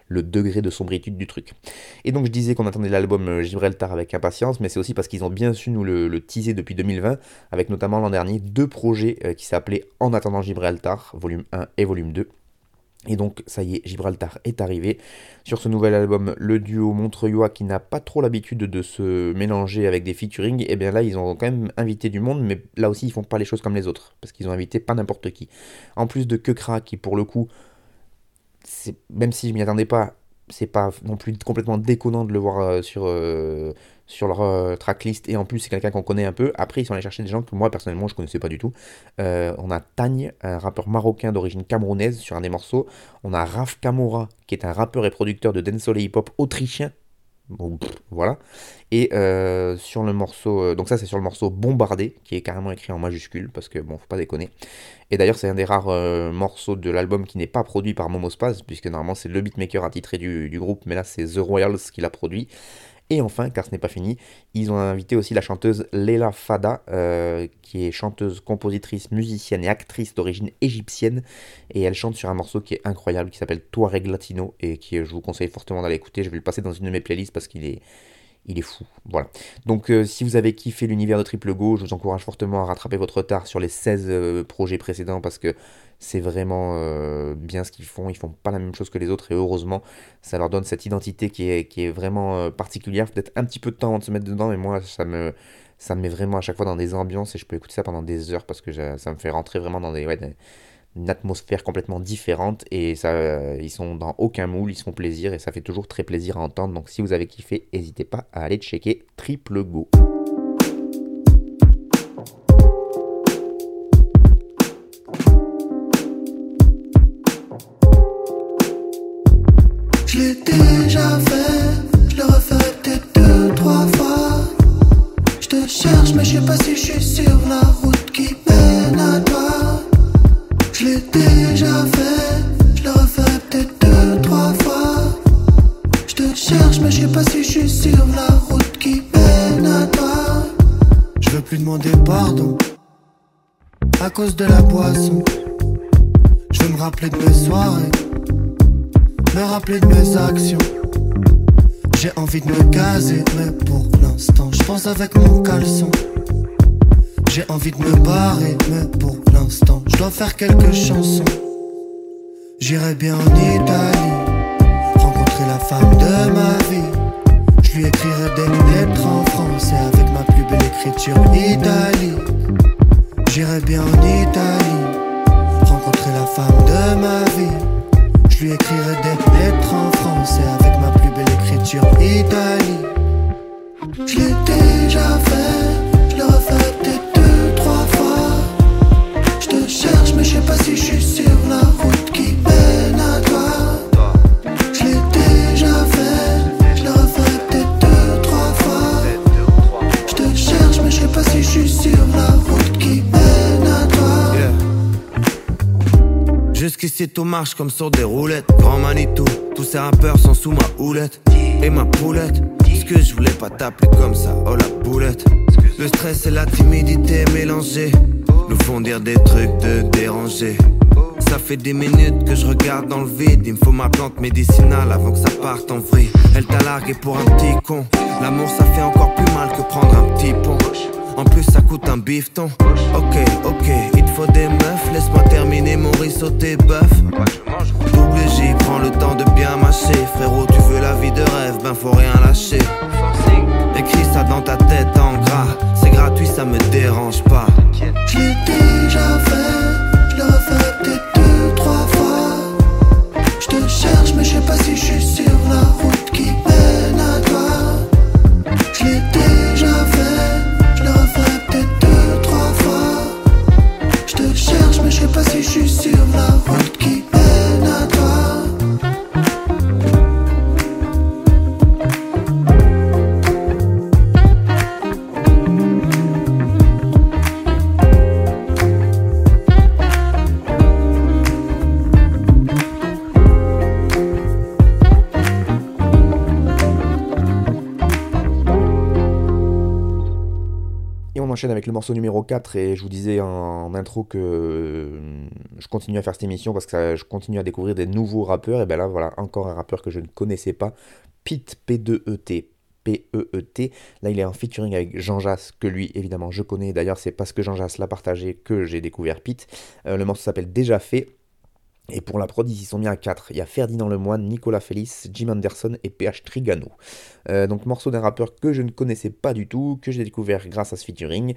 le degré de sombritude du truc. Et donc je disais qu'on attendait l'album Gibraltar avec impatience, mais c'est aussi parce qu'ils ont bien su nous le, le teaser depuis deux mille vingt, avec notamment l'an dernier deux projets euh, qui s'appelaient En attendant Gibraltar, volume un et volume deux. Et donc ça y est, Gibraltar est arrivé. Sur ce nouvel album, le duo montreuillois qui n'a pas trop l'habitude de se mélanger avec des featuring, et bien là ils ont quand même invité du monde, mais là aussi ils font pas les choses comme les autres, parce qu'ils ont invité pas n'importe qui. En plus de Keukra, qui pour le coup, c'est, même si je m'y attendais pas, c'est pas non plus complètement déconnant de le voir euh, sur, euh, sur leur euh, tracklist, et en plus c'est quelqu'un qu'on connaît un peu. Après ils sont allés chercher des gens que moi personnellement je connaissais pas du tout. Euh, on a Tagne, un rappeur marocain d'origine camerounaise sur un des morceaux. On a Raf Kamora qui est un rappeur et producteur de dancehall et hip-hop autrichien. Bon, pff, voilà. Et euh, sur le morceau, euh, donc ça c'est sur le morceau Bombardé, qui est carrément écrit en majuscule, parce que bon, faut pas déconner. Et d'ailleurs c'est un des rares euh, morceaux de l'album qui n'est pas produit par Momo Spaz, puisque normalement c'est le beatmaker attitré du, du groupe, mais là c'est The Royals qui l'a produit. Et enfin, car ce n'est pas fini, ils ont invité aussi la chanteuse Leila Fada, euh, qui est chanteuse, compositrice, musicienne et actrice d'origine égyptienne. Et elle chante sur un morceau qui est incroyable, qui s'appelle Touareg Latino, et qui je vous conseille fortement d'aller écouter. Je vais le passer dans une de mes playlists parce qu'il est, il est fou. Voilà. Donc euh, si vous avez kiffé l'univers de Triple Go, je vous encourage fortement à rattraper votre retard sur les seize euh, projets précédents, parce que c'est vraiment euh, bien ce qu'ils font. Ils font pas la même chose que les autres, et heureusement ça leur donne cette identité qui est, qui est vraiment euh, particulière. Peut-être un petit peu de temps avant de se mettre dedans, mais moi ça me, ça me met vraiment à chaque fois dans des ambiances, et je peux écouter ça pendant des heures, parce que je, ça me fait rentrer vraiment dans des, ouais, des, une atmosphère complètement différente, et ça, euh, ils sont dans aucun moule, ils se font plaisir, et ça fait toujours très plaisir à entendre. Donc si vous avez kiffé, n'hésitez pas à aller checker Triple Go. Je l'ai déjà fait, je le refais peut-être deux, trois fois. Je te cherche mais je sais pas si je suis sur la route qui mène à toi. Je l'ai déjà fait, je le refais peut-être deux, trois fois. Je te cherche mais je sais pas si je suis sur la route qui mène à toi. Je veux plus demander pardon à cause de la boisson. Je veux me rappeler de mes soirées, me rappeler de mes actions. J'ai envie de me caser, mais pour l'instant je pense avec mon caleçon. J'ai envie de me barrer, mais pour l'instant je dois faire quelques chansons. J'irai bien en Italie, rencontrer la femme de ma vie. Je lui écrirai des lettres en français avec ma plus belle écriture Italie. J'irai bien en Italie, rencontrer la femme de ma vie. Je lui écrirai des lettres en français avec ma plus belle écriture Italie. Je l'ai déjà fait, je le refais peut-être deux, trois fois. Je te cherche mais je sais pas si je suis sur la route qui mène à toi. Je l'ai déjà fait, je le refais peut-être deux, trois fois. Je te cherche mais je sais pas si je suis sur la route qui mène à toi. Yeah. Jusqu'ici tout marche comme sur des roulettes. Grand Manitou, tous ces rappeurs sont sous ma houlette. Et ma poulette, ce que je voulais pas t'appeler comme ça, oh la boulette. Le stress et la timidité mélangés nous font dire des trucs de dérangés. Ça fait des minutes que je regarde dans le vide. Il me faut ma plante médicinale avant que ça parte en vrille. Elle t'a largué pour un petit con. L'amour ça fait encore plus mal que prendre un petit pont. En plus ça coûte un bifton. Ok, ok, il te faut des meufs. Laisse-moi terminer mon risotto bœuf. Double J, prends le temps de bien mâcher. Frérot, tu veux la vie de rêve, ben faut rien lâcher. Écris ça dans ta tête en gras. C'est gratuit, ça me dérange pas. Je l'ai déjà fait, je le refais peut-être deux, trois fois. Je te cherche mais je sais pas si je suis sur la route qui mène à toi. Je l'ai déjà fait, je le refais peut-être deux, trois fois. Je te cherche mais je sais pas si je suis sur la route qui mène à toi. Et on enchaîne avec le morceau numéro quatre, et je vous disais en intro que euh, je continue à faire cette émission parce que ça, je continue à découvrir des nouveaux rappeurs, et ben là voilà, encore un rappeur que je ne connaissais pas, Pete, P deux E T, P E E T, là il est en featuring avec Jean Jass, que lui évidemment je connais, d'ailleurs c'est parce que Jean Jass l'a partagé que j'ai découvert Pete, euh, le morceau s'appelle Déjà Fait. Et pour la prod, ils s'y sont mis à quatre. Il y a Ferdinand Lemoine, Nicolas Félix, Jim Anderson et P H Trigano. Euh, donc morceau d'un rappeur que je ne connaissais pas du tout, que j'ai découvert grâce à ce featuring.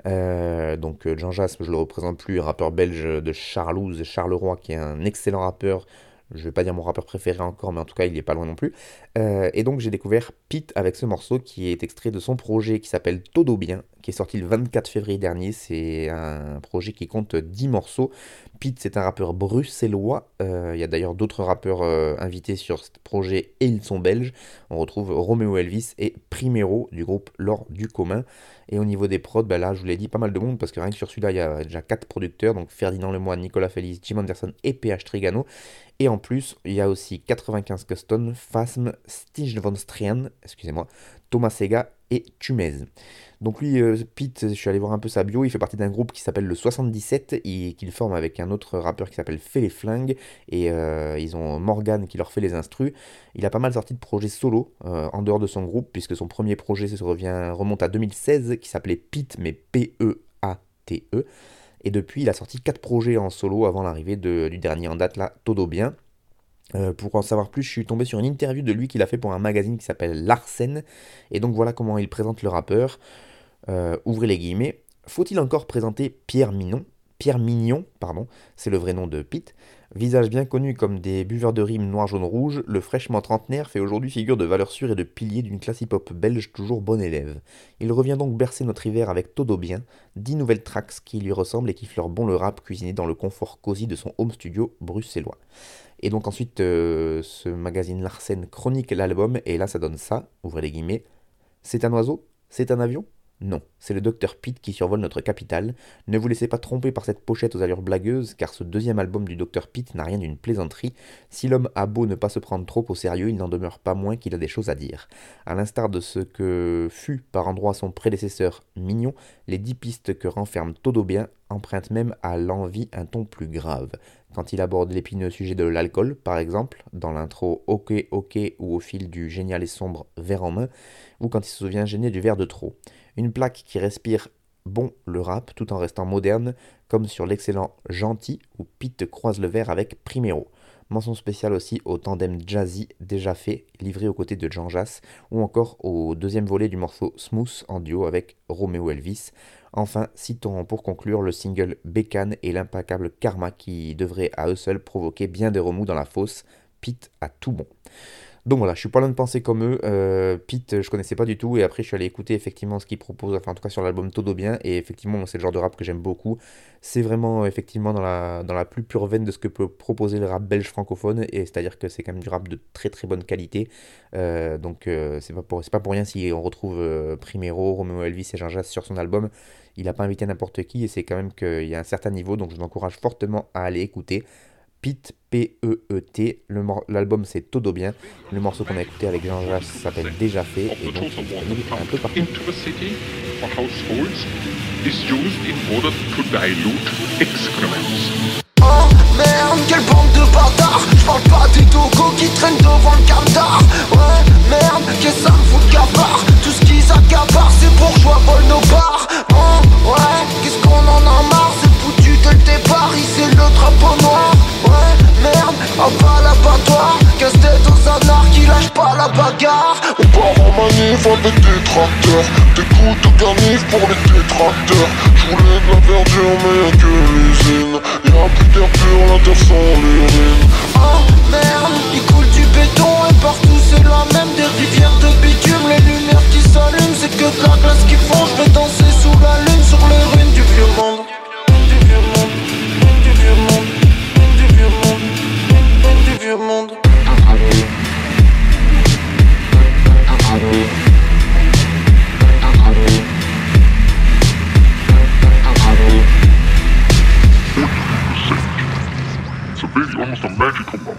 Euh, donc Jean Jass, je le représente plus, rappeur belge de Charlouse, Charleroi, qui est un excellent rappeur. Je ne vais pas dire mon rappeur préféré encore, mais en tout cas il est pas loin non plus. Euh, et donc j'ai découvert Pete avec ce morceau qui est extrait de son projet qui s'appelle Todo Bien, qui est sorti le vingt-quatre février dernier. C'est un projet qui compte dix morceaux. Pete, c'est un rappeur bruxellois. Euh, il y a d'ailleurs d'autres rappeurs euh, invités sur ce projet et ils sont belges. On retrouve Romeo Elvis et Primero du groupe L'Or du Commun. Et au niveau des prods, bah là je vous l'ai dit, pas mal de monde parce que rien que sur celui-là il y a déjà quatre producteurs, donc Ferdinand Lemoine, Nicolas Félix, Jim Anderson et P H Trigano. Et en plus, il y a aussi quatre-vingt-quinze Custom, Phasm, Stig von Strien, excusez-moi, Thomas Sega et Tumez. Donc lui, euh, Pete, je suis allé voir un peu sa bio, il fait partie d'un groupe qui s'appelle le soixante-dix-sept et qu'il forme avec un autre rappeur qui s'appelle Fait les Flingues, et euh, ils ont Morgan qui leur fait les instrus. Il a pas mal sorti de projets solo euh, en dehors de son groupe, puisque son premier projet se revient, remonte à deux mille seize, qui s'appelait Pete, mais P E A T E. Et depuis, il a sorti quatre projets en solo avant l'arrivée de, du dernier en date, là, Todo Bien. Euh, pour en savoir plus, je suis tombé sur une interview de lui qu'il a fait pour un magazine qui s'appelle Larsen. Et donc voilà comment il présente le rappeur. Euh, ouvrez les guillemets. Faut-il encore présenter Pierre Mignon Pierre Mignon, pardon, c'est le vrai nom de Pete. Visage bien connu comme des buveurs de rimes noir, jaune, rouge, le fraîchement trentenaire fait aujourd'hui figure de valeur sûre et de pilier d'une classe hip-hop belge toujours bon élève. Il revient donc bercer notre hiver avec Todo Bien, dix nouvelles tracks qui lui ressemblent et qui fleurent bon le rap cuisiné dans le confort cosy de son home studio bruxellois. Et donc ensuite, euh, ce magazine Larsen chronique l'album, et là ça donne ça, ouvrez les guillemets. C'est un oiseau ? C'est un avion ? Non, c'est le docteur Pete qui survole notre capitale. Ne vous laissez pas tromper par cette pochette aux allures blagueuses, car ce deuxième album du docteur Pete n'a rien d'une plaisanterie. Si l'homme a beau ne pas se prendre trop au sérieux, il n'en demeure pas moins qu'il a des choses à dire. À l'instar de ce que fut par endroits son prédécesseur Mignon, les dix pistes que renferme Todo Bien empruntent même à l'envie un ton plus grave. Quand il aborde l'épineux sujet de l'alcool, par exemple, dans l'intro Ok Ok ou au fil du génial et sombre Verre en main, ou quand il se souvient gêné du verre de trop. Une plaque qui respire bon le rap tout en restant moderne, comme sur l'excellent Gentil où Pete croise le verre avec Primero. Mention spéciale aussi au tandem jazzy Déjà Fait, livré aux côtés de Jean Jass, ou encore au deuxième volet du morceau Smooth en duo avec Romeo Elvis. Enfin, citons pour conclure le single Bécane et l'implacable Karma qui devrait à eux seuls provoquer bien des remous dans la fosse. Pete a tout bon. Donc voilà, je suis pas loin de penser comme eux. euh, Pete, je connaissais pas du tout, et après je suis allé écouter effectivement ce qu'il propose, enfin en tout cas sur l'album Todo Bien, et effectivement c'est le genre de rap que j'aime beaucoup. C'est vraiment effectivement dans la, dans la plus pure veine de ce que peut proposer le rap belge francophone, et c'est-à-dire que c'est quand même du rap de très très bonne qualité. Euh, donc euh, c'est pas pour, c'est pas pour rien si on retrouve euh, Primero, Romeo Elvis et Jean Jass sur son album. Il a pas invité n'importe qui, et c'est quand même qu'il y a un certain niveau, donc je vous encourage fortement à aller écouter. Pete, P E E T, le mor- l'album c'est Todo Bien, le morceau qu'on a écouté avec Jean Jass s'appelle Déjà Fait, et donc c'est disponible un peu partout. Oh merde, quelle bande de bâtards. J'parle pas des dogos qui traînent devant le camtar. Ouais merde, qu'est-ce que ça me fout de cafard. Tout ce qu'ils accaparent, c'est bourgeois volent nos bars. Oh ouais, qu'est-ce qu'on en a marre. C'est foutu dès le départ, c'est le drapeau noir. Ouais merde, à bas l'abattoir. Casse-tête aux anards qui lâchent pas la bagarre. On part en manif avec des tracteurs, des coups de canif pour les détracteurs. J'voulais de la verdure mais y'a que l'usine. Y'a plus d'air pur, la terre sans l'urine. Oh merde, il coule du béton et partout c'est la même. Des rivières de bitume, les lumières qui s'allument. C'est que de la glace qui fond, j'vais danser sous la lune. Sur les ruines du vieux monde. Du vieux monde, du vieux monde, du vieux monde, du vieux monde. Et on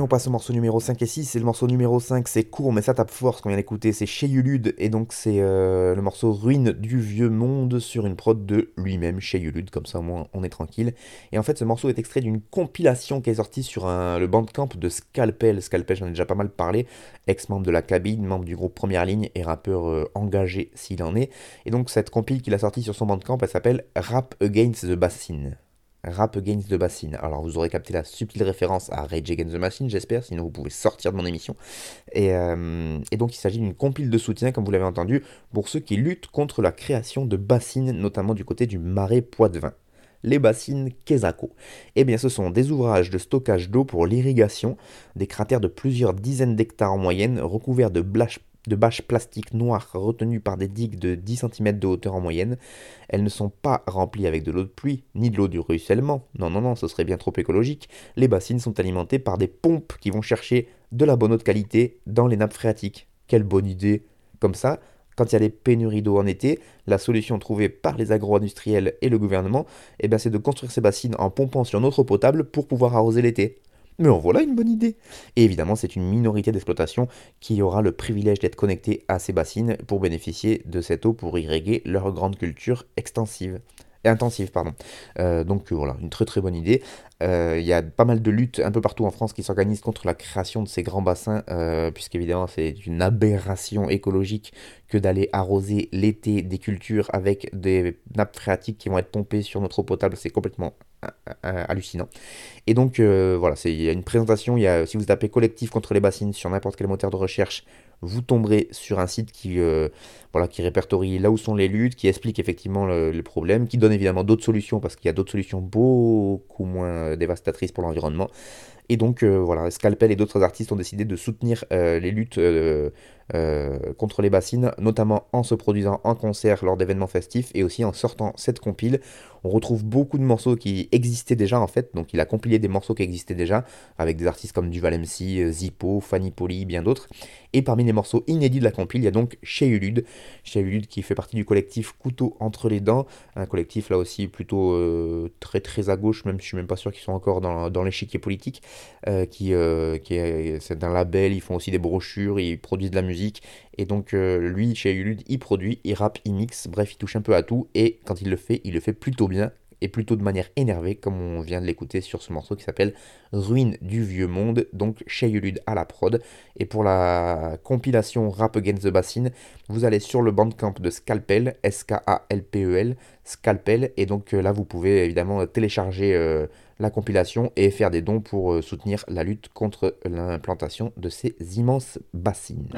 on passe au morceau numéro cinq et six, et le morceau numéro cinq c'est court mais ça tape fort, ce qu'on vient d'écouter c'est Sheyulud, et donc c'est euh, le morceau Ruine du Vieux Monde sur une prod de lui-même, Sheyulud, comme ça au moins on est tranquille. Et en fait ce morceau est extrait d'une compilation qui est sortie sur un, le bandcamp de Scalpel, Scalpel j'en ai déjà pas mal parlé, ex-membre de la Cabine, membre du groupe Première Ligne et rappeur euh, engagé s'il en est, et donc cette compile qu'il a sortie sur son bandcamp elle s'appelle Rap Against the Bassine. Rap Against the Bassine. Alors vous aurez capté la subtile référence à Rage Against the Machine, j'espère, sinon vous pouvez sortir de mon émission. Et, euh, et donc il s'agit d'une compile de soutien, comme vous l'avez entendu, pour ceux qui luttent contre la création de bassines, notamment du côté du Marais Poitevin. Les bassines Quesaco. Eh bien ce sont des ouvrages de stockage d'eau pour l'irrigation, des cratères de plusieurs dizaines d'hectares en moyenne, recouverts de bâches de bâches plastiques noires retenues par des digues de dix centimètres de hauteur en moyenne. Elles ne sont pas remplies avec de l'eau de pluie, ni de l'eau du ruissellement. Non, non, non, ce serait bien trop écologique. Les bassines sont alimentées par des pompes qui vont chercher de la bonne eau de qualité dans les nappes phréatiques. Quelle bonne idée! Comme ça, quand il y a des pénuries d'eau en été, la solution trouvée par les agro-industriels et le gouvernement, eh bien, c'est de construire ces bassines en pompant sur notre eau potable pour pouvoir arroser l'été. Mais en voilà une bonne idée. Et évidemment, c'est une minorité d'exploitations qui aura le privilège d'être connectée à ces bassines pour bénéficier de cette eau pour irriguer leur grande culture extensive. Intensive, pardon. Euh, donc euh, voilà, une très très bonne idée. Il euh, y a pas mal de luttes un peu partout en France qui s'organisent contre la création de ces grands bassins, euh, puisqu'évidemment c'est une aberration écologique que d'aller arroser l'été des cultures avec des nappes phréatiques qui vont être pompées sur notre eau potable, c'est complètement hallucinant. Et donc euh, voilà, il y a une présentation, y a, si vous tapez collectif contre les bassines sur n'importe quel moteur de recherche, vous tomberez sur un site qui, euh, voilà, qui répertorie là où sont les luttes, qui explique effectivement le, le problème, qui donne évidemment d'autres solutions, parce qu'il y a d'autres solutions beaucoup moins dévastatrices pour l'environnement. Et donc euh, voilà, Scalpel et d'autres artistes ont décidé de soutenir euh, les luttes euh, euh, contre les bassines, notamment en se produisant en concert lors d'événements festifs et aussi en sortant cette compile. On retrouve beaucoup de morceaux qui existaient déjà en fait, donc il a compilé des morceaux qui existaient déjà avec des artistes comme Duval M C, Zippo, Fanny Poli, bien d'autres. Et parmi les morceaux inédits de la compile, il y a donc Sheyulud, Sheyulud qui fait partie du collectif Couteau entre les dents, un collectif là aussi plutôt euh, très très à gauche, même si je suis même pas sûr qu'ils sont encore dans, dans l'échiquier politique, euh, qui, euh, qui est, c'est un label, ils font aussi des brochures, ils produisent de la musique, et donc euh, lui, Sheyulud, il produit, il rappe, il mixe, bref, il touche un peu à tout, et quand il le fait, il le fait plutôt bien, et plutôt de manière énervée, comme on vient de l'écouter sur ce morceau qui s'appelle Ruine du Vieux Monde, donc Sheyulud à la prod. Et pour la compilation Rap Against the Bassine, vous allez sur le bandcamp de Scalpel, S K A L P E L, Scalpel, et donc euh, là vous pouvez évidemment télécharger euh, la compilation et faire des dons pour euh, soutenir la lutte contre l'implantation de ces immenses bassines.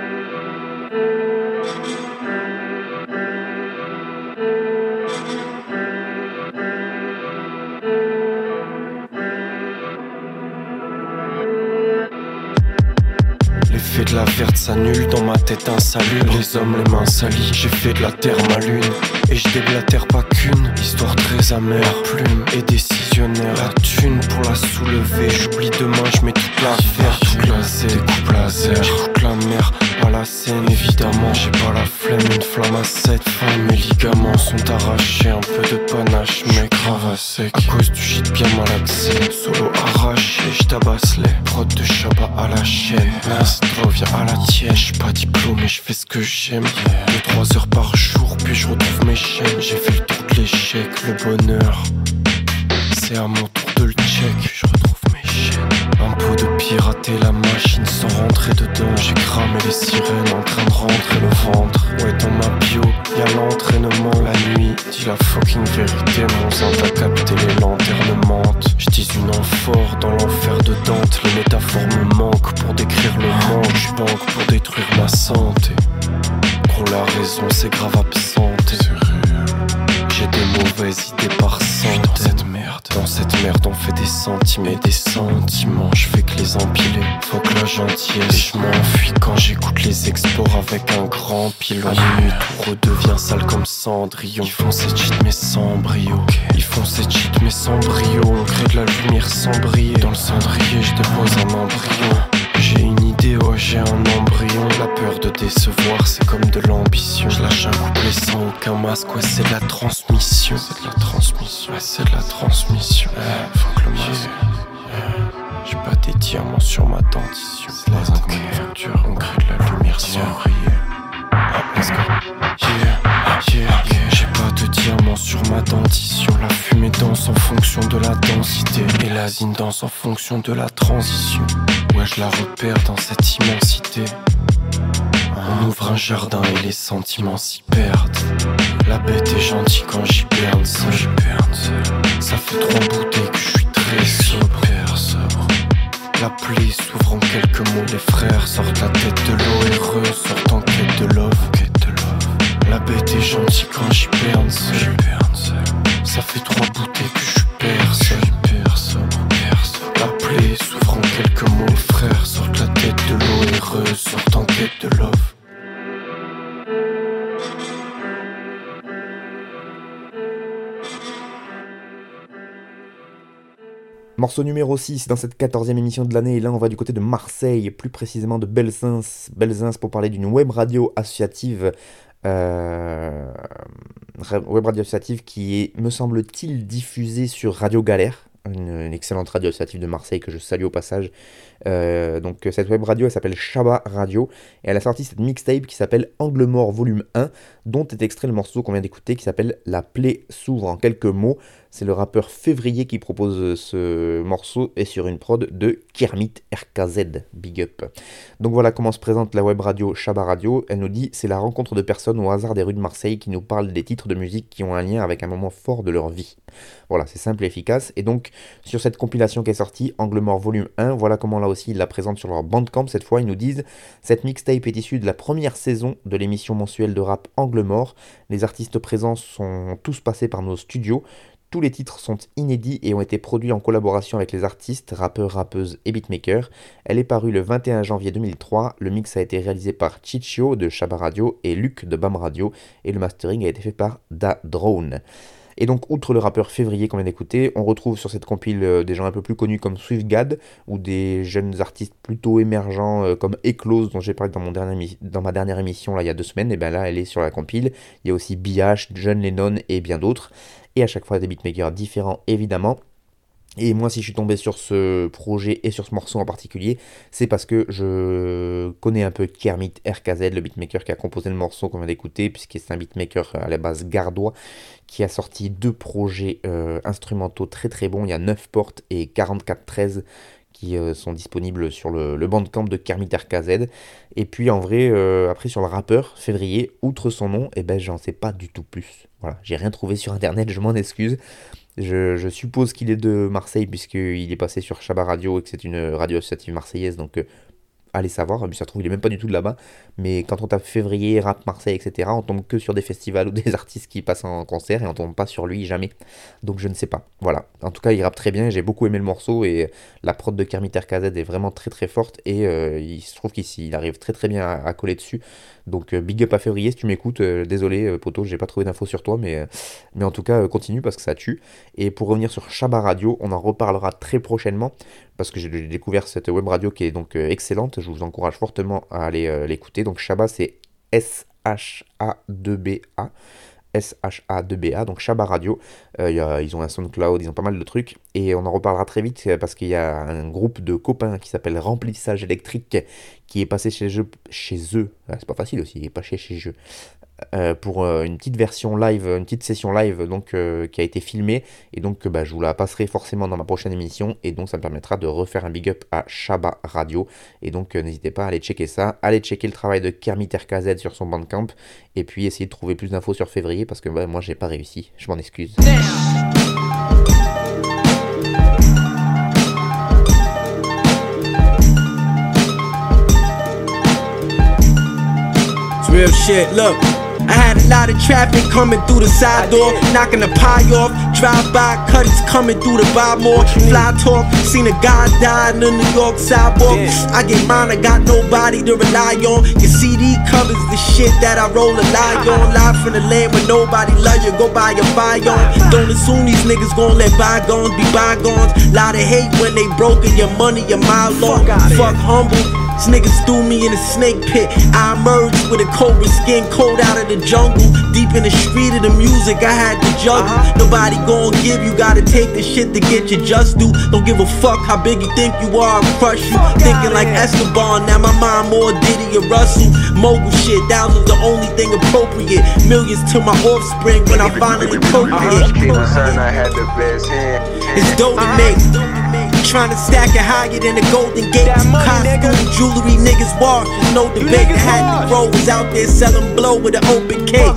L'effet de la verte s'annule, dans ma tête insalubre. Les hommes les mains salies, j'ai fait de la terre ma lune. Et je déblatère pas qu'une histoire très amère. Plume et décisionnaire, la thune pour la soulever. J'oublie demain, je mets toute la verre, toute la zé, découpe laser. J'écoute la mer, pas la scène évidemment. J'ai pas la flemme, une flamme à sept fins. Mes ligaments sont arrachés, un peu de panache, mais grave à sec. À cause du shit bien malaxé, solo arraché, j'tabasse les prods de Shabba à la chaîne. Mince, reviens à la tienne, j'suis pas diplômé, j'fais ce que j'aime. Deux, trois heures par jour, puis je retrouve mes chaînes. J'ai fait le tour de l'échec, le bonheur. C'est à mon tour de le check, je retrouve mes chaînes. Un pot de pirater la machine sans rentrer dedans. J'ai cramé les sirènes en train de rentrer le ventre. Ouais, dans ma bio, y'a l'entraînement la nuit. Dis la fucking vérité, mon zinc a capté les lanternes mentent. J'dis une amphore dans l'enfer de Dante. Les métaphores me manquent pour décrire le manque. J'banque pour détruire ma santé. Gros, la raison c'est grave absente. J'ai des mauvaises idées par centaines. Dans cette merde, dans cette merde on fait des centimes et des sentiments. Je fais que les empiler, faut que la gentillesse. Et je m'enfuis quand j'écoute les exports avec un grand pilon. À minuit tout redevient sale comme Cendrillon. Ils font cette shit mais sans brio. Ils font cette shit mais sans brio. On crée de la lumière sans briller. Dans le cendrier je dépose un embryon. J'ai une idée, oh j'ai un embryon. La peur de décevoir c'est comme de l'ambition. Je lâche un couplet sans aucun masque, ouais c'est de la transmission. C'est de la transmission, ouais c'est de la transmission. Ouais, faut que le masque. Yeah. J'ai pas des diamants sur ma dentition. Dans un manufacture, on crée de la lumière sans briller. Let's go. Yeah, yeah, yeah. J'ai pas de diamants sur ma dentition. La fumée danse en fonction de la densité. Et la zine danse en fonction de la transition. Ouais, je la repère dans cette immensité. On ouvre un jardin et les sentiments s'y perdent. La bête est gentille quand j'y berne seul. Ça fait trois bouteilles que je suis très sobre. La plaie s'ouvre en quelques mots. Les frères sortent la tête de l'eau et ressortent en quête de love. La bête est gentille quand j'y berne seul. Ça fait trois bouteilles que je suis perse. La plaie s'ouvre en quelques mots. Les frères sortent la tête de l'eau et ressortent en quête de love. Morceau numéro six dans cette quatorzième émission de l'année, et là on va du côté de Marseille, plus précisément de Belzins, Belzins pour parler d'une web radio associative, euh, web radio associative qui est, me semble-t-il, diffusée sur Radio Galère, une, une excellente radio associative de Marseille que je salue au passage. Euh, donc cette web radio elle s'appelle Chaba Radio et elle a sorti cette mixtape qui s'appelle Angle Mort volume un, dont est extrait le morceau qu'on vient d'écouter qui s'appelle La plaie s'ouvre en quelques mots. C'est le rappeur Février qui propose ce morceau et sur une prod de Kermit R K Z, big up. Donc voilà comment se présente la web radio Chaba Radio. Elle nous dit c'est la rencontre de personnes au hasard des rues de Marseille qui nous parlent des titres de musique qui ont un lien avec un moment fort de leur vie. Voilà, c'est simple et efficace. Et donc sur cette compilation qui est sortie, Angle Mort volume un, voilà comment là aussi ils la présentent sur leur Bandcamp. Cette fois ils nous disent cette mixtape est issue de la première saison de l'émission mensuelle de rap Angle Mort. Les artistes présents sont tous passés par nos studios. Tous les titres sont inédits et ont été produits en collaboration avec les artistes, rappeurs, rappeuses et beatmakers. Elle est parue le vingt et un janvier deux mille trois. Le mix a été réalisé par Chichio de Chaba Radio et Luc de Bam Radio. Et le mastering a été fait par Da Drone. Et donc, outre le rappeur Février qu'on vient d'écouter, on retrouve sur cette compile euh, des gens un peu plus connus comme SwiftGad ou des jeunes artistes plutôt émergents euh, comme Eclose, dont j'ai parlé dans, mon dernier, dans ma dernière émission là, il y a deux semaines. Et bien là, elle est sur la compile. Il y a aussi B H, John Lennon et bien d'autres. Et à chaque fois des beatmakers différents évidemment. Et moi si je suis tombé sur ce projet et sur ce morceau en particulier, c'est parce que je connais un peu Kermit R K Z, le beatmaker qui a composé le morceau qu'on vient d'écouter, puisque c'est un beatmaker à la base gardois, qui a sorti deux projets euh, instrumentaux très très bons. Il y a neuf portes et quarante-quatre treize qui euh, sont disponibles sur le, le bandcamp de Kermit R K Z. Et puis en vrai, euh, après sur le rappeur, Février, outre son nom, eh ben j'en sais pas du tout plus. Voilà, j'ai rien trouvé sur internet, je m'en excuse. Je, je suppose qu'il est de Marseille puisqu'il est passé sur Chaba Radio et que c'est une radio associative marseillaise, donc euh, allez savoir, mais ça se trouve il est même pas du tout de là-bas. Mais quand on tape Février, rap Marseille, et cetera, on tombe que sur des festivals ou des artistes qui passent en concert et on tombe pas sur lui jamais. Donc je ne sais pas. Voilà. En tout cas, il rappe très bien. J'ai beaucoup aimé le morceau et la prod de Kermit R K Z est vraiment très très forte et euh, il se trouve qu'il arrive très très bien à, à coller dessus. Donc euh, big up à Février si tu m'écoutes. Euh, désolé euh, poto, j'ai pas trouvé d'infos sur toi, mais euh, mais en tout cas euh, continue parce que ça tue. Et pour revenir sur Chaba Radio, on en reparlera très prochainement parce que j'ai découvert cette web radio qui est donc euh, excellente. Je vous encourage fortement à aller euh, l'écouter. Donc Chaba c'est S H A deux B A. S H A deux B A, donc Chaba Radio. Euh, y a, ils ont un SoundCloud, ils ont pas mal de trucs. Et on en reparlera très vite parce qu'il y a un groupe de copains qui s'appelle Remplissage Électrique qui est passé chez eux. Chez eux. Ah, c'est pas facile aussi, il est pas chez chez eux. Euh, pour euh, une petite version live, une petite session live donc euh, qui a été filmée et donc bah, je vous la passerai forcément dans ma prochaine émission et donc ça me permettra de refaire un big up à Chaba Radio et donc euh, n'hésitez pas à aller checker ça, allez checker le travail de Kermit R K Z sur son Bandcamp et puis essayer de trouver plus d'infos sur Février parce que bah, moi j'ai pas réussi, je m'en excuse. Real shit, look. I had a lot of traffic coming through the side door, knocking the pie off. Drive by, cutters coming through the bar more. Fly talk, seen a guy die in the New York sidewalk. I get mine, I got nobody to rely on. Your C D covers the shit that I roll a lie on. Live from the land where nobody love you, go buy your fire on. Don't assume these niggas gon' let bygones be bygones. Lot of hate when they broke and your money a mile long. Fuck humble. These niggas threw me in a snake pit. I emerged with a cobra skin cold out of the jungle. Deep in the street of the music, I had to juggle. Uh-huh. Nobody gon' give, you gotta take the shit to get your just due. Don't give a fuck how big you think you are, I'll crush you. Fuck Thinking like here. Esteban, now my mind more Diddy or Russell. Mogul shit, thousands the only thing appropriate. Millions to my offspring when I finally procreate. People son, I had the best hand. It's dope to make. Trying to stack it higher than the Golden Gate. Costume, jewelry, niggas wash. There's no debate. The hat the road was out there selling blow with an open cake.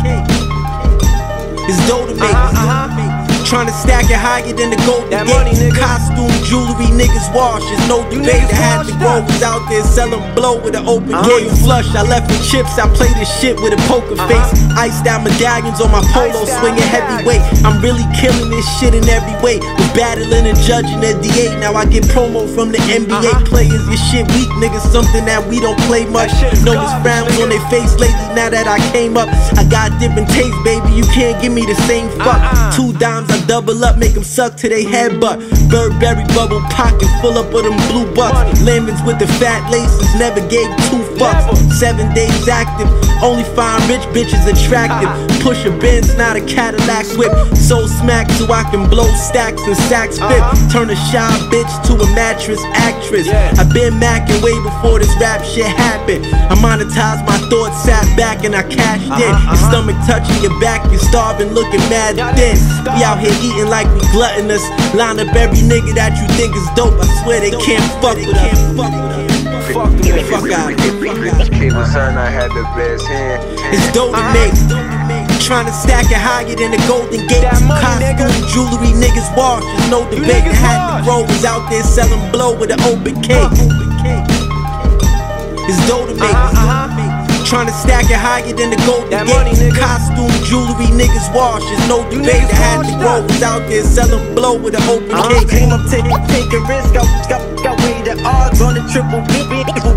It's dope to make. Uh-huh, uh-huh. Trying to stack it higher than the Golden that Gate. Money, costume, jewelry, niggas wash. There's no debate. The hat the road was out there selling blow with an open uh-huh. gate. Flush, I left with chips. I play this shit with a poker uh-huh. face. Iced out medallions on my polo, swinging heavyweight. I'm really killing this shit in every way. Was battling and judging at D eight. Now I get promo from the N B A uh-huh. players. Your shit weak, niggas. Something that we don't play much. Notice frowns on their face lately. Now that I came up, I got different taste, baby. You can't give me the same fuck. Uh-uh. Two dimes, I double up, make them suck to they headbutt. Burberry bubble pocket full up of them blue bucks. Lemons with the fat laces, never gave two fucks. Seven days active, only find rich bitches attractive. Push a Benz, not a Cadillac whip. So smack so I can blow stacks and sacks fit. Turn a shy bitch to a mattress actress. I been macking way before this rap shit happened. I monetized my thoughts, sat back and I cashed in. Your stomach touching your back, you're starving, looking mad thin. We out here eating like we gluttonous. Line up every nigga that you think is dope. I swear they can't fuck with us. Fuck the fuck out. People son, I had the best hand. It's dope to make. Trying to stack it higher than the Golden Gate. Costume, jewelry, niggas wash. There's no debate. The hat the road was out there selling blow with an open cake. It's dope to make. Trying to stack it higher than the Golden that Gate. Money, costume, jewelry, niggas wash. There's no debate. The hat the road was out there selling blow with an open uh-huh. cake. Came up taking taking risk. Got got got way the odds on the triple beam.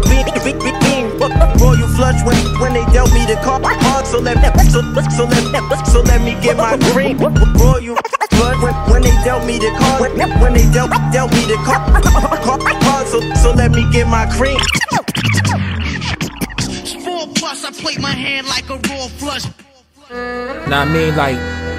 Royal flush when when they dealt me the card. So let so so let so let me get my green. Royal flush when when they dealt me the card. When they dealt dealt me the card. So so let me get my cream. Plus, I plate my hand like a raw flush. Now I mean, like,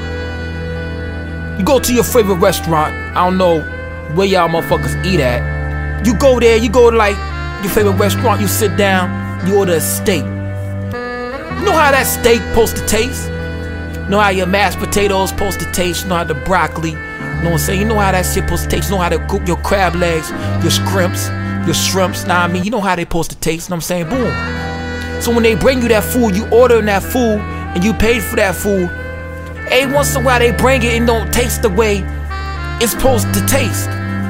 you go to your favorite restaurant. I don't know where y'all motherfuckers eat at. You go there, you go to like your favorite restaurant. You sit down, you order a steak. You know how that steak supposed to taste? You know how your mashed potatoes supposed to taste? You know how the broccoli? You know what I'm saying? You know how that shit supposed to taste? You know how to cook your crab legs, your scrimps, your shrimps. Now I mean, you know how they supposed to taste. You know what I'm saying? Boom. So when they bring you that food, you ordering that food and you paid for that food. Every once in a while they bring it and don't taste the way it's supposed to taste.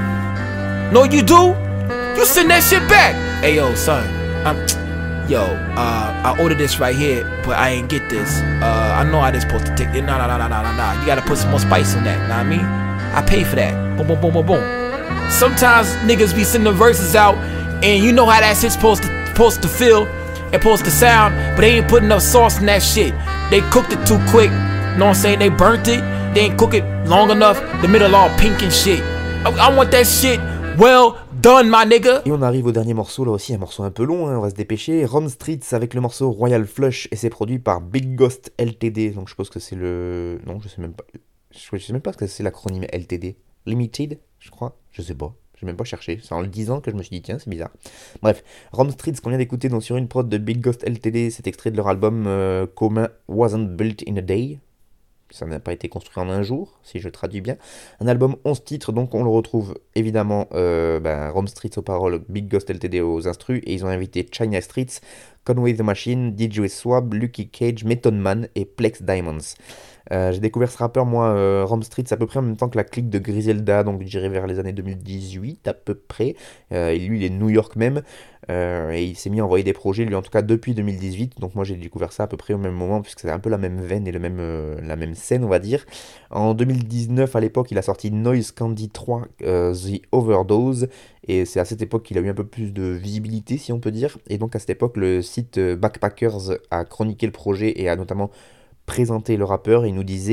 Know what you do? You send that shit back. Hey yo, son, I'm, yo, uh, I ordered this right here, but I ain't get this. Uh, I know how this supposed to taste. Nah, nah, nah, nah, nah, nah, nah. You gotta put some more spice in that. Know what I mean? I pay for that. Boom, boom, boom, boom, boom. Sometimes niggas be sending the verses out, and you know how that shit's supposed to supposed to feel. Supposed to sound, but they ain't putting enough sauce in that shit. They cooked it too quick. Know what I'm saying? They burnt it. They ain't cook it long enough. The middle all pink and shit. I, I want that shit well done, my nigga. Et on arrive au dernier morceau, là aussi, un morceau un peu long, hein, on va se dépêcher. Rome Streets avec le morceau Royal Flush et c'est produit par Big Ghost L T D. Donc je pense que c'est le. Non, je sais même pas. Je sais même pas ce que c'est l'acronyme L T D. Limited, je crois. Je sais pas. J'ai même pas cherché, c'est en le disant que je me suis dit tiens c'est bizarre. Bref, Rome Streets qu'on vient d'écouter donc sur une prod de Big Ghost L T D, c'est extrait de leur album euh, commun Wasn't Built in a Day. Ça n'a pas été construit en un jour, si je traduis bien. Un album onze titres, donc on le retrouve évidemment euh, ben, Rome Streets aux paroles, Big Ghost L T D aux instrus, et ils ont invité China Streets, Conway the Machine, D J Swab, Lucky Cage, Method Man et Plex Diamonds. Euh, j'ai découvert ce rappeur, moi, euh, Rome Streets, à peu près en même temps que la clique de Griselda, donc j'irai vers les années deux mille dix-huit à peu près. Euh, et lui, il est de New York même, euh, et il s'est mis à envoyer des projets, lui en tout cas depuis deux mille dix-huit. Donc moi, j'ai découvert ça à peu près au même moment, puisque c'est un peu la même veine et le même, euh, la même scène, on va dire. En deux mille dix-neuf, à l'époque, il a sorti Noise Candy trois, euh, The Overdose, et c'est à cette époque qu'il a eu un peu plus de visibilité, si on peut dire. Et donc à cette époque, le site Backpackers a chroniqué le projet et a notamment présenter le rappeur et il nous disait «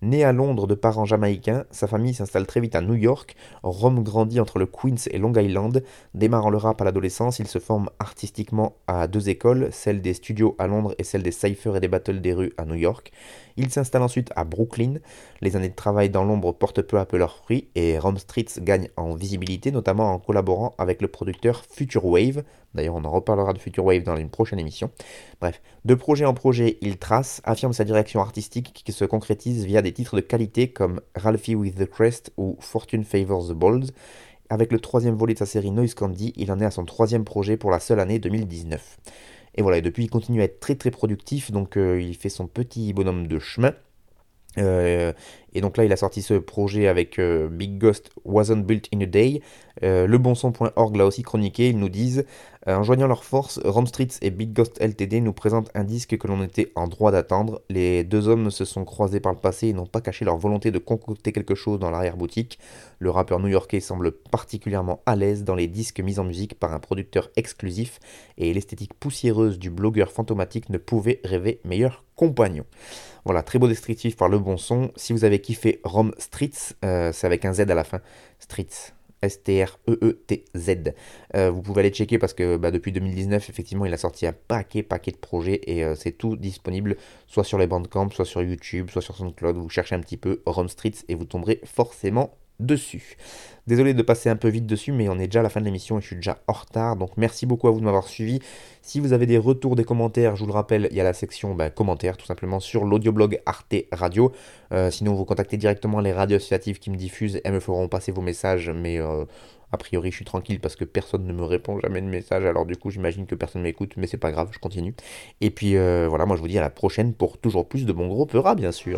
Né à Londres de parents jamaïcains, sa famille s'installe très vite à New York. Rom grandit entre le Queens et Long Island. Démarrant le rap à l'adolescence, il se forme artistiquement à deux écoles, celle des studios à Londres et celle des cyphers et des battles des rues à New York. Il s'installe ensuite à Brooklyn. Les années de travail dans l'ombre portent peu à peu leurs fruits et Rome Streetz gagne en visibilité, notamment en collaborant avec le producteur Future Wave. D'ailleurs, on en reparlera de Future Wave dans une prochaine émission. Bref, de projet en projet, il trace, affirme sa direction artistique qui se concrétise via des titres de qualité comme Ralphie with the Crest ou Fortune Favors the Bold. Avec le troisième volet de sa série Noise Candy, il en est à son troisième projet pour la seule année deux mille dix-neuf. Et voilà, et depuis il continue à être très très productif, donc euh, il fait son petit bonhomme de chemin. Euh, et donc là il a sorti ce projet avec euh, Big Ghost Wasn't Built in a Day. euh, Le Bon Son point org l'a aussi chroniqué. Ils nous disent euh, en joignant leurs forces, Rome Streetz et Big Ghost Ltd nous présentent un disque que l'on était en droit d'attendre. Les deux hommes se sont croisés par le passé et n'ont pas caché leur volonté de concocter quelque chose dans l'arrière-boutique. Le rappeur new-yorkais semble particulièrement à l'aise dans les disques mis en musique par un producteur exclusif, et l'esthétique poussiéreuse du blogueur fantomatique ne pouvait rêver meilleur compagnon. Voilà, très beau descriptif par Le Bon Son. Si vous avez kiffé Rome Streetz, euh, c'est avec un Z à la fin, Streetz, S T R E E T Z. Euh, vous pouvez aller checker parce que bah, depuis deux mille dix-neuf, effectivement, il a sorti un paquet, paquet de projets et euh, c'est tout disponible soit sur les Bandcamp, soit sur YouTube, soit sur SoundCloud. Vous cherchez un petit peu Rome Streetz et vous tomberez forcément dessus. Désolé de passer un peu vite dessus, mais on est déjà à la fin de l'émission et je suis déjà en retard, donc merci beaucoup à vous de m'avoir suivi. Si vous avez des retours, des commentaires, je vous le rappelle, il y a la section bah, commentaires tout simplement sur l'audioblog Arte Radio. Euh, sinon vous contactez directement les radios associatives qui me diffusent, elles me feront passer vos messages, mais euh, a priori je suis tranquille parce que personne ne me répond jamais de message, alors du coup j'imagine que personne ne m'écoute, mais c'est pas grave, je continue. Et puis euh, voilà, moi je vous dis à la prochaine pour toujours plus de bon gros Peura bien sûr.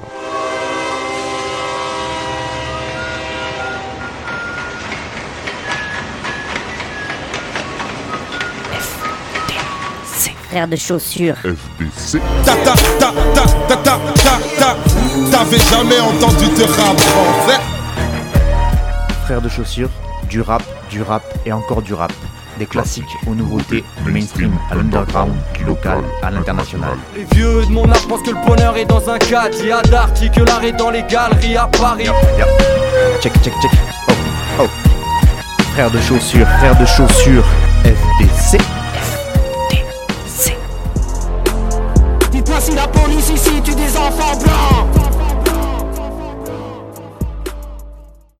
Frère de chaussures. F D C. Ta ta ta ta ta ta ta ta. T'avais jamais entendu de rap français. Frère de chaussures, du rap, du rap et encore du rap. Des classiques aux nouveautés, du mainstream à l'underground, du local à l'international. Les vieux de mon âge pensent que le bonheur est dans un cadre. Il y a d'Arty que l'art est dans les galeries à Paris. Yep, yep. Check, check, check. Oh, oh. Frère de chaussures, frère de chaussures, F D C.